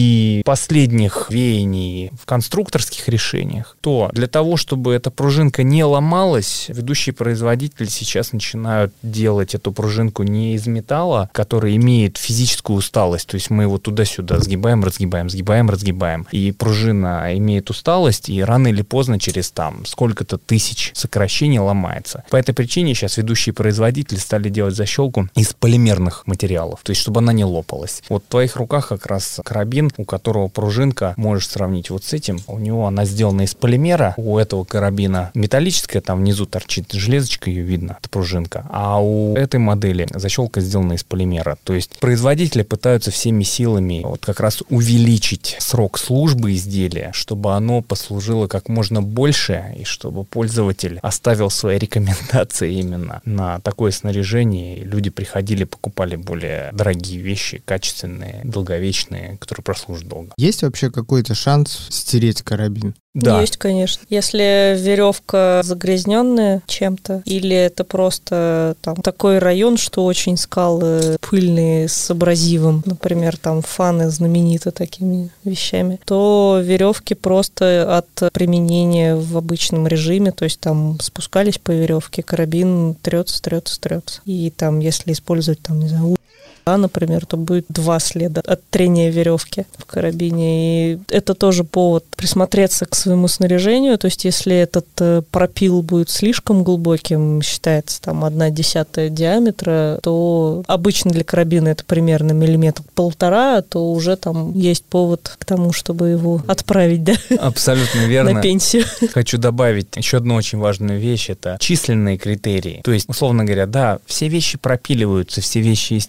и последних веяний в конструкторских решениях, то для того, чтобы эта пружинка не ломалась, ведущие производители сейчас начинают делать эту пружинку не из металла, который имеет физическую усталость, то есть мы его туда-сюда сгибаем, разгибаем, сгибаем, разгибаем, и пружина имеет усталость, и рано или поздно через там сколько-то тысяч сокращений ломается. По этой причине сейчас ведущие производители стали делать защелку из полимерных материалов, то есть чтобы она не лопалась. Вот в твоих руках как раз карабин, у которого пружинка, можешь сравнить вот с этим, у него она сделана из полимера, у этого карабина металлическая, там внизу торчит железочка, ее видно, это пружинка, а у этой модели защелка сделана из полимера. То есть производители пытаются всеми силами вот как раз увеличить срок службы изделия, чтобы оно послужило как можно больше, и чтобы пользователь оставил свои рекомендации именно на такое снаряжение, и люди приходили, покупали более дорогие вещи, качественные, долговечные, которые прослужат долго. Есть вообще какой-то шанс стереть карабин? Да. Есть, конечно. Если веревка загрязненная чем-то, или это просто там такой район, что очень скалы пыльные с абразивом, например, там фаны знамениты такими вещами, то веревки просто от применения в обычном режиме, то есть там спускались по веревке, карабин трется. И там, если использовать там, не знаю, например, то будет 2 следа от трения веревки в карабине. И это тоже повод присмотреться к своему снаряжению. То есть, если этот пропил будет слишком глубоким, считается там 1/10 диаметра, то обычно для карабина это примерно 1,5 мм, то уже там есть повод к тому, чтобы его отправить, да? Абсолютно верно. На пенсию. Хочу добавить еще одну очень важную вещь, это численные критерии. То есть, условно говоря, да, все вещи пропиливаются, все вещи стираются,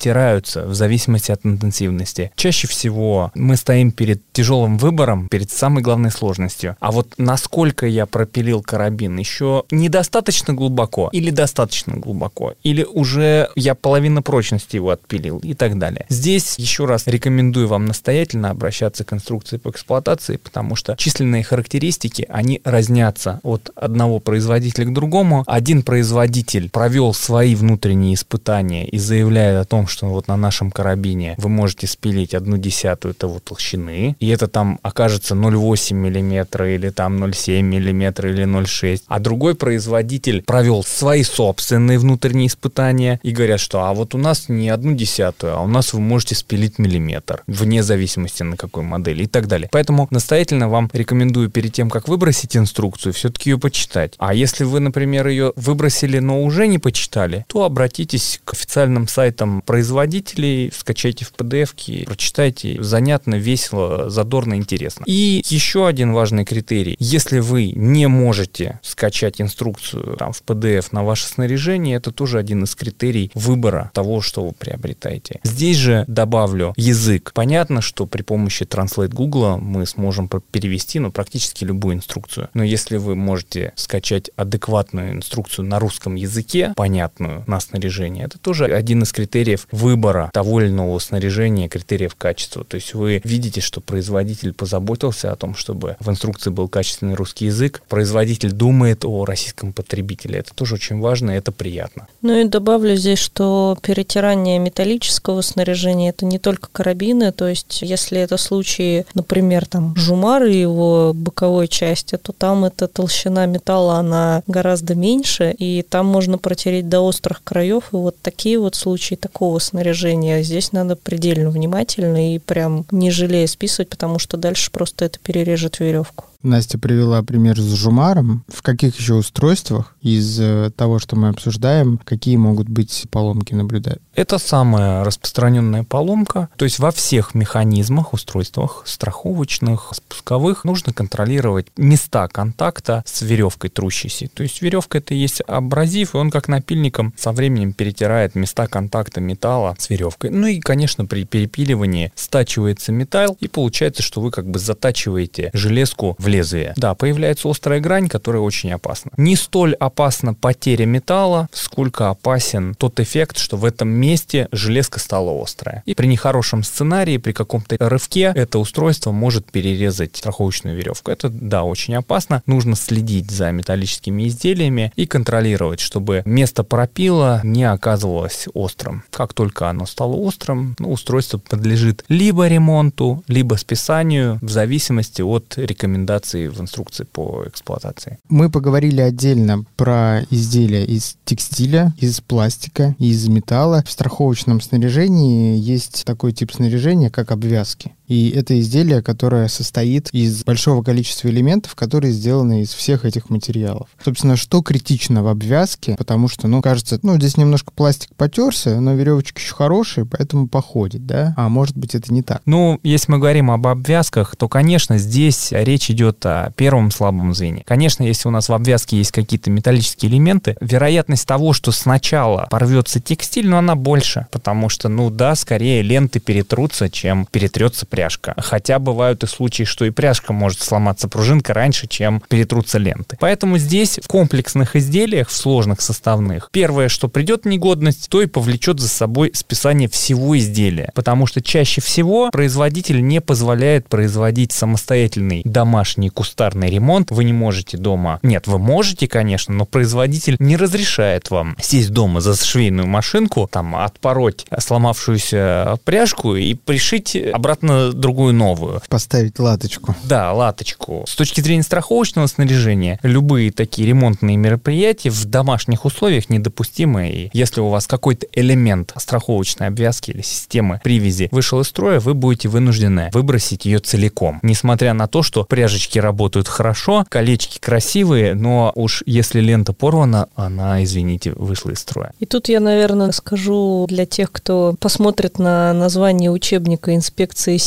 меняются в зависимости от интенсивности. Чаще всего мы стоим перед тяжелым выбором, перед самой главной сложностью. А вот насколько я пропилил карабин, еще недостаточно глубоко или достаточно глубоко, или уже я половину прочности его отпилил и так далее. Здесь еще раз рекомендую вам настоятельно обращаться к инструкции по эксплуатации, потому что численные характеристики, они разнятся от одного производителя к другому. Один производитель провел свои внутренние испытания и заявляет о том, что вот на нашем карабине вы можете спилить 1/10 того толщины, и это там окажется 0,8 мм или там 0,7 мм или 0,6. А другой производитель провел свои собственные внутренние испытания и говорят, что а вот у нас не 1/10, а у нас вы можете спилить миллиметр, вне зависимости на какой модели и так далее. Поэтому настоятельно вам рекомендую перед тем, как выбросить инструкцию, все-таки ее почитать. А если вы, например, ее выбросили, но уже не почитали, то обратитесь к официальным сайтам производителей, скачайте в PDF-ки, прочитайте. Занятно, весело, задорно, интересно. И еще один важный критерий. Если вы не можете скачать инструкцию там, в PDF на ваше снаряжение, это тоже один из критерий выбора того, что вы приобретаете. Здесь же добавлю язык. Понятно, что при помощи Translate Google мы сможем перевести практически любую инструкцию. Но если вы можете скачать адекватную инструкцию на русском языке, понятную на снаряжение, это тоже один из критериев выбора того или иного снаряжения, критериев качества. То есть вы видите, что производитель позаботился о том, чтобы в инструкции был качественный русский язык. Производитель думает о российском потребителе. Это тоже очень важно, и это приятно. Ну и добавлю здесь, что перетирание металлического снаряжения — это не только карабины, то есть если это случаи, например, там Жумар и его боковой части, то там эта толщина металла, она гораздо меньше, и там можно протереть до острых краев, и вот такие вот случаи такого снаряжения здесь надо предельно внимательно и прям не жалея списывать, потому что дальше просто это перережет веревку. Настя привела пример с Жумаром. В каких еще устройствах из того, что мы обсуждаем, какие могут быть поломки наблюдать? Это самая распространенная поломка. То есть во всех механизмах, устройствах страховочных, спусковых нужно контролировать места контакта с веревкой трущейся. То есть веревка — это и есть абразив, и он как напильником со временем перетирает места контакта металла с веревкой. Ну и, конечно, при перепиливании стачивается металл, и получается, что вы как бы затачиваете железку в лезвие. Да, появляется острая грань, которая очень опасна. Не столь опасна потеря металла, сколько опасен тот эффект, что в этом месте железка стала острая. И при нехорошем сценарии, при каком-то рывке, это устройство может перерезать страховочную веревку. Это, да, очень опасно. Нужно следить за металлическими изделиями и контролировать, чтобы место пропила не оказывалось острым. Как только оно стало острым, устройство подлежит либо ремонту, либо списанию, в зависимости от рекомендаций в инструкции по эксплуатации. Мы поговорили отдельно про изделия из текстиля, из пластика, из металла. В страховочном снаряжении есть такой тип снаряжения, как обвязки. И это изделие, которое состоит из большого количества элементов, которые сделаны из всех этих материалов. Собственно, что критично в обвязке? Потому что, кажется, здесь немножко пластик потерся, но веревочки еще хорошие, поэтому походит, да? А может быть, это не так? Если мы говорим об обвязках, то, конечно, здесь речь идет о первом слабом звене. Конечно, если у нас в обвязке есть какие-то металлические элементы, вероятность того, что сначала порвется текстиль, она больше, потому что, скорее ленты перетрутся, чем перетрется пряжка. Хотя бывают и случаи, что и пряжка может сломаться, пружинка, раньше, чем перетрутся ленты. Поэтому здесь в комплексных изделиях, в сложных составных, первое, что придет в негодность, то и повлечет за собой списание всего изделия. Потому что чаще всего производитель не позволяет производить самостоятельный домашний кустарный ремонт. Вы не можете дома... Нет, вы можете, конечно, но производитель не разрешает вам сесть дома за швейную машинку, отпороть сломавшуюся пряжку и пришить обратно другую новую. Поставить латочку. Да, латочку. С точки зрения страховочного снаряжения, любые такие ремонтные мероприятия в домашних условиях недопустимы. И если у вас какой-то элемент страховочной обвязки или системы привязи вышел из строя, вы будете вынуждены выбросить ее целиком. Несмотря на то, что пряжечки работают хорошо, колечки красивые, но уж если лента порвана, она, извините, вышла из строя. И тут я, наверное, скажу для тех, кто посмотрит на название учебника инспекции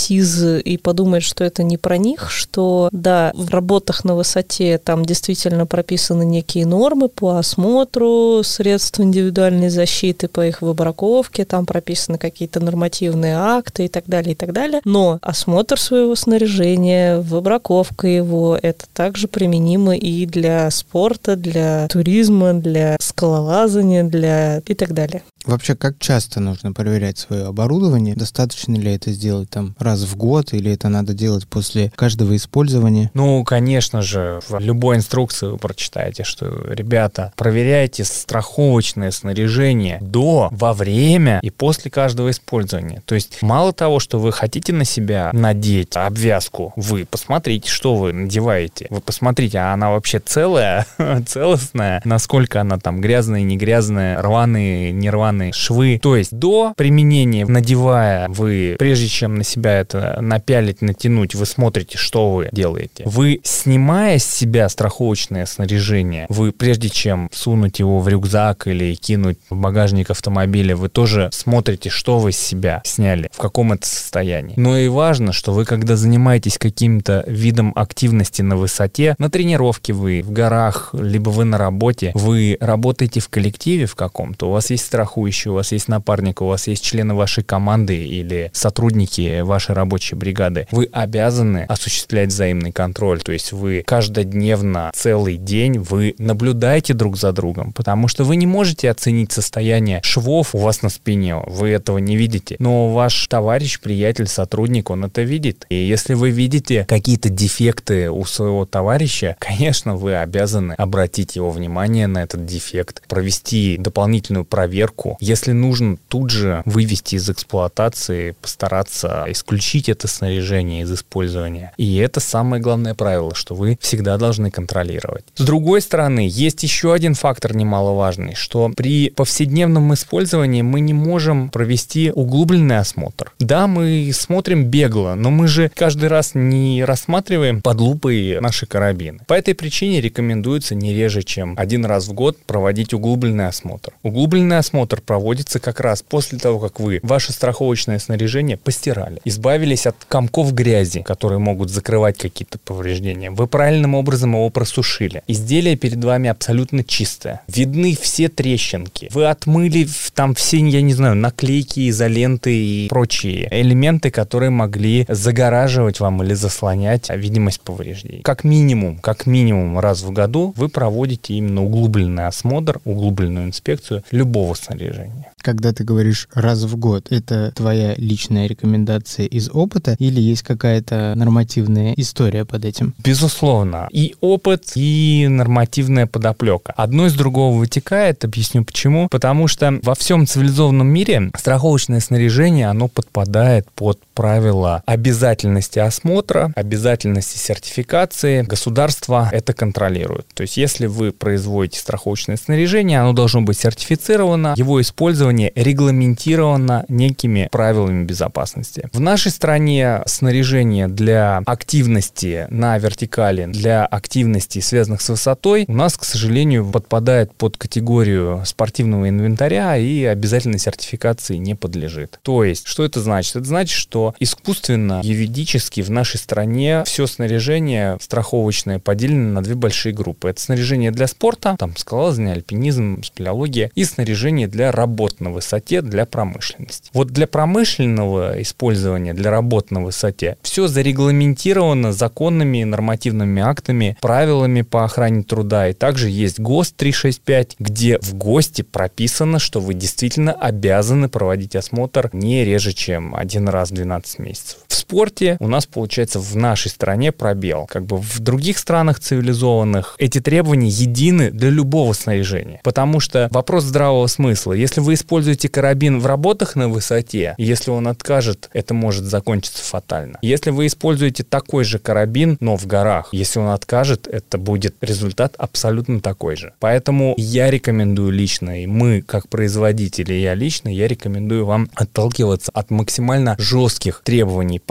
СИЗ и подумает, что это не про них, что да, в работах на высоте там действительно прописаны некие нормы по осмотру средств индивидуальной защиты, по их выбраковке, там прописаны какие-то нормативные акты и так далее, но осмотр своего снаряжения, выбраковка его, это также применимо и для спорта, для туризма, для скалолазания, для и так далее. Вообще, как часто нужно проверять свое оборудование? Достаточно ли это сделать там раз в год, или это надо делать после каждого использования? Ну, конечно же, в любой инструкции вы прочитаете, что, ребята, проверяйте страховочное снаряжение до, во время и после каждого использования. То есть мало того, что вы хотите на себя надеть обвязку, вы посмотрите, что вы надеваете. Вы посмотрите, а она вообще целая, целостная, насколько она там грязная, не грязная, рваные, не рваные швы. То есть до применения, надевая, вы, прежде чем на себя это напялить, натянуть, вы смотрите, что вы делаете. Вы, снимая с себя страховочное снаряжение, вы, прежде чем сунуть его в рюкзак или кинуть в багажник автомобиля, вы тоже смотрите, что вы с себя сняли, в каком это состоянии. Но и важно, что вы, когда занимаетесь каким-то видом активности на высоте, на тренировке вы, в горах, либо вы на работе, вы работаете в коллективе в каком-то, у вас есть страхующий, у вас есть напарник, у вас есть члены вашей команды или сотрудники вашей рабочей бригады, вы обязаны осуществлять взаимный контроль. То есть вы каждодневно, целый день, вы наблюдаете друг за другом, потому что вы не можете оценить состояние швов у вас на спине, вы этого не видите. Но ваш товарищ, приятель, сотрудник, он это видит. И если вы видите какие-то дефекты у своего товарища, конечно, вы обязаны обратить его внимание на этот дефект, провести дополнительную проверку. Если нужно, тут же вывести из эксплуатации, постараться исключить это снаряжение из использования. И это самое главное правило, что вы всегда должны контролировать. С другой стороны, есть еще один фактор немаловажный, что при повседневном использовании мы не можем провести углубленный осмотр. Да, мы смотрим бегло, но мы же каждый раз не рассматриваем под лупой наши карабины. По этой причине рекомендуется не реже, чем один раз в год проводить углубленный осмотр. Углубленный осмотр проводится как раз после того, как вы ваше страховочное снаряжение постирали, избавились от комков грязи, которые могут закрывать какие-то повреждения. Вы правильным образом его просушили. Изделие перед вами абсолютно чистое. Видны все трещинки. Вы отмыли там все, я не знаю, наклейки, изоленты и прочие элементы, которые могли загораживать вам или заслонять видимость повреждений. Как минимум раз в году вы проводите именно углубленный осмотр, углубленную инспекцию любого снаряжения. Когда ты говоришь раз в год, это твоя личная рекомендация из опыта или есть какая-то нормативная история под этим? Безусловно. И опыт, и нормативная подоплека. Одно из другого вытекает, объясню почему. Потому что во всем цивилизованном мире страховочное снаряжение, оно подпадает под правила обязательности осмотра, обязательности сертификации. Государство это контролирует. То есть если вы производите страховочное снаряжение, оно должно быть сертифицировано, его использование регламентировано некими правилами безопасности. В нашей стране снаряжение для активности на вертикали, для активностей, связанных с высотой, у нас, к сожалению, подпадает под категорию спортивного инвентаря и обязательной сертификации не подлежит. То есть, что это значит? Это значит, что искусственно, юридически в нашей стране все снаряжение страховочное поделено на две большие группы. Это снаряжение для спорта, там скалолазание, альпинизм, спелеология, и снаряжение для работ на высоте, для промышленности. Вот для промышленного использования, для работ на высоте, все зарегламентировано законными нормативными актами, правилами по охране труда. И также есть ГОСТ 365, где в ГОСТе прописано, что вы действительно обязаны проводить осмотр не реже, чем один раз в 12 месяцев. В спорте у нас, получается, в нашей стране пробел. Как бы в других странах цивилизованных эти требования едины для любого снаряжения. Потому что вопрос здравого смысла. Если вы используете карабин в работах на высоте, если он откажет, это может закончиться фатально. Если вы используете такой же карабин, но в горах, если он откажет, это будет результат абсолютно такой же. Поэтому я рекомендую лично, и мы, как производители, я лично, я рекомендую вам отталкиваться от максимально жестких требований,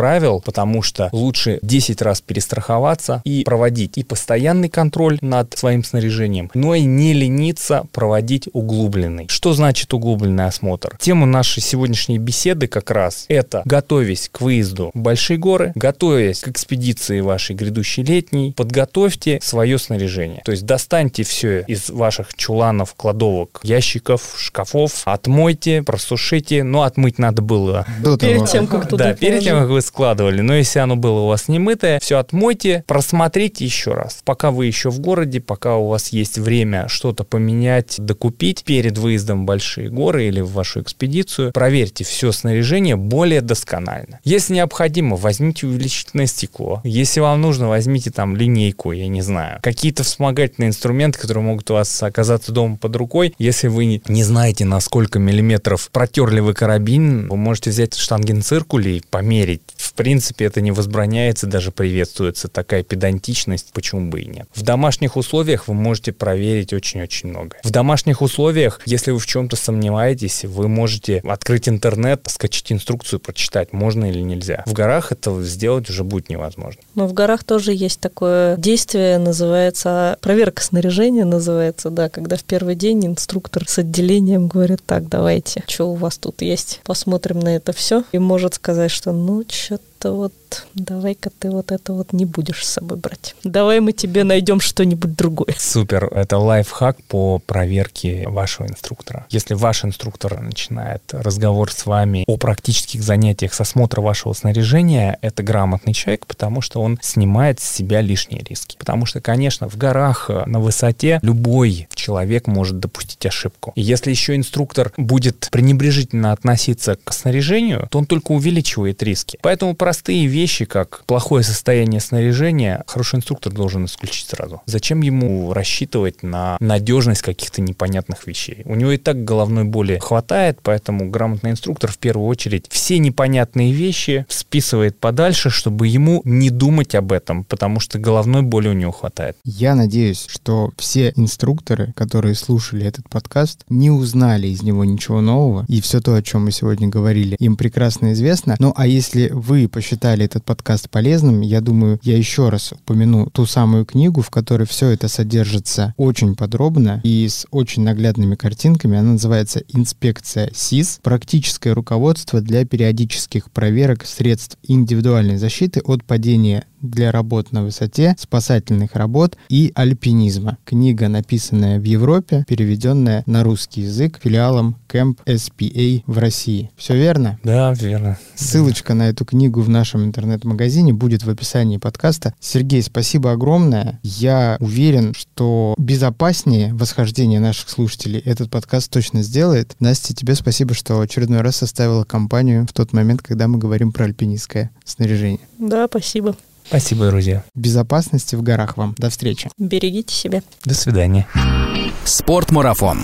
правил, потому что лучше 10 раз перестраховаться и проводить и постоянный контроль над своим снаряжением, но и не лениться проводить углубленный. Что значит углубленный осмотр? Тема нашей сегодняшней беседы как раз это готовясь к выезду в большие горы, готовясь к экспедиции вашей грядущей летней, подготовьте свое снаряжение. То есть достаньте все из ваших чуланов, кладовок, ящиков, шкафов, отмойте, просушите. Но отмыть надо было перед тем, как туда положить. Перед тем, как вы складывали. Но если оно было у вас не мытое, все отмойте, просмотрите еще раз. Пока вы еще в городе, пока у вас есть время что-то поменять, докупить перед выездом в большие горы или в вашу экспедицию, проверьте все снаряжение более досконально. Если необходимо, возьмите увеличительное стекло. Если вам нужно, возьмите там линейку, я не знаю, какие-то вспомогательные инструменты, которые могут у вас оказаться дома под рукой. Если вы не знаете, на сколько миллиметров протерли вы карабин, вы можете взять штангенциркуль и померить. В принципе, это не возбраняется, даже приветствуется такая педантичность, почему бы и нет. В домашних условиях вы можете проверить очень-очень много. В домашних условиях, если вы в чем-то сомневаетесь, вы можете открыть интернет, скачать инструкцию, прочитать, можно или нельзя. В горах это сделать уже будет невозможно. Но в горах тоже есть такое действие, называется проверка снаряжения, называется, да, когда в первый день инструктор с отделением говорит: так, давайте, что у вас тут есть, посмотрим на это все, и может сказать, что ну, что-то вот, давай-ка ты вот это вот не будешь с собой брать. Давай мы тебе найдем что-нибудь другое. Супер. Это лайфхак по проверке вашего инструктора. Если ваш инструктор начинает разговор с вами о практических занятиях с осмотра вашего снаряжения, это грамотный человек, потому что он снимает с себя лишние риски. Потому что, конечно, в горах на высоте любой человек может допустить ошибку. И если еще инструктор будет пренебрежительно относиться к снаряжению, то он только увеличивает риски. Поэтому простые вещи, как плохое состояние снаряжения, хороший инструктор должен исключить сразу. Зачем ему рассчитывать на надежность каких-то непонятных вещей? У него и так головной боли хватает, поэтому грамотный инструктор в первую очередь все непонятные вещи списывает подальше, чтобы ему не думать об этом, потому что головной боли у него хватает. Я надеюсь, что все инструкторы, которые слушали этот подкаст, не узнали из него ничего нового, и все то, о чем мы сегодня говорили, им прекрасно известно. Ну, а если вы посчитали этот подкаст полезным, я думаю, я еще раз упомяну ту самую книгу, в которой все это содержится очень подробно и с очень наглядными картинками. Она называется «Инспекция СИЗ. Практическое руководство для периодических проверок средств индивидуальной защиты от падения для работ на высоте, спасательных работ и альпинизма». Книга, написанная в Европе, переведенная на русский язык филиалом Camp SPA в России. Все верно? Да, верно. Ссылочка на эту книгу в нашем интернет-магазине будет в описании подкаста. Сергей, спасибо огромное. Я уверен, что безопаснее восхождение наших слушателей этот подкаст точно сделает. Настя, тебе спасибо, что очередной раз составила компанию в тот момент, когда мы говорим про альпинистское снаряжение. Да, спасибо. Спасибо, друзья. Безопасности в горах вам. До встречи. Берегите себя. До свидания. Спортмарафон.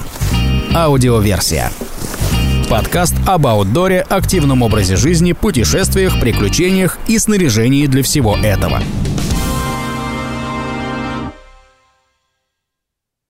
Аудиоверсия. Подкаст об аутдоре, активном образе жизни, путешествиях, приключениях и снаряжении для всего этого.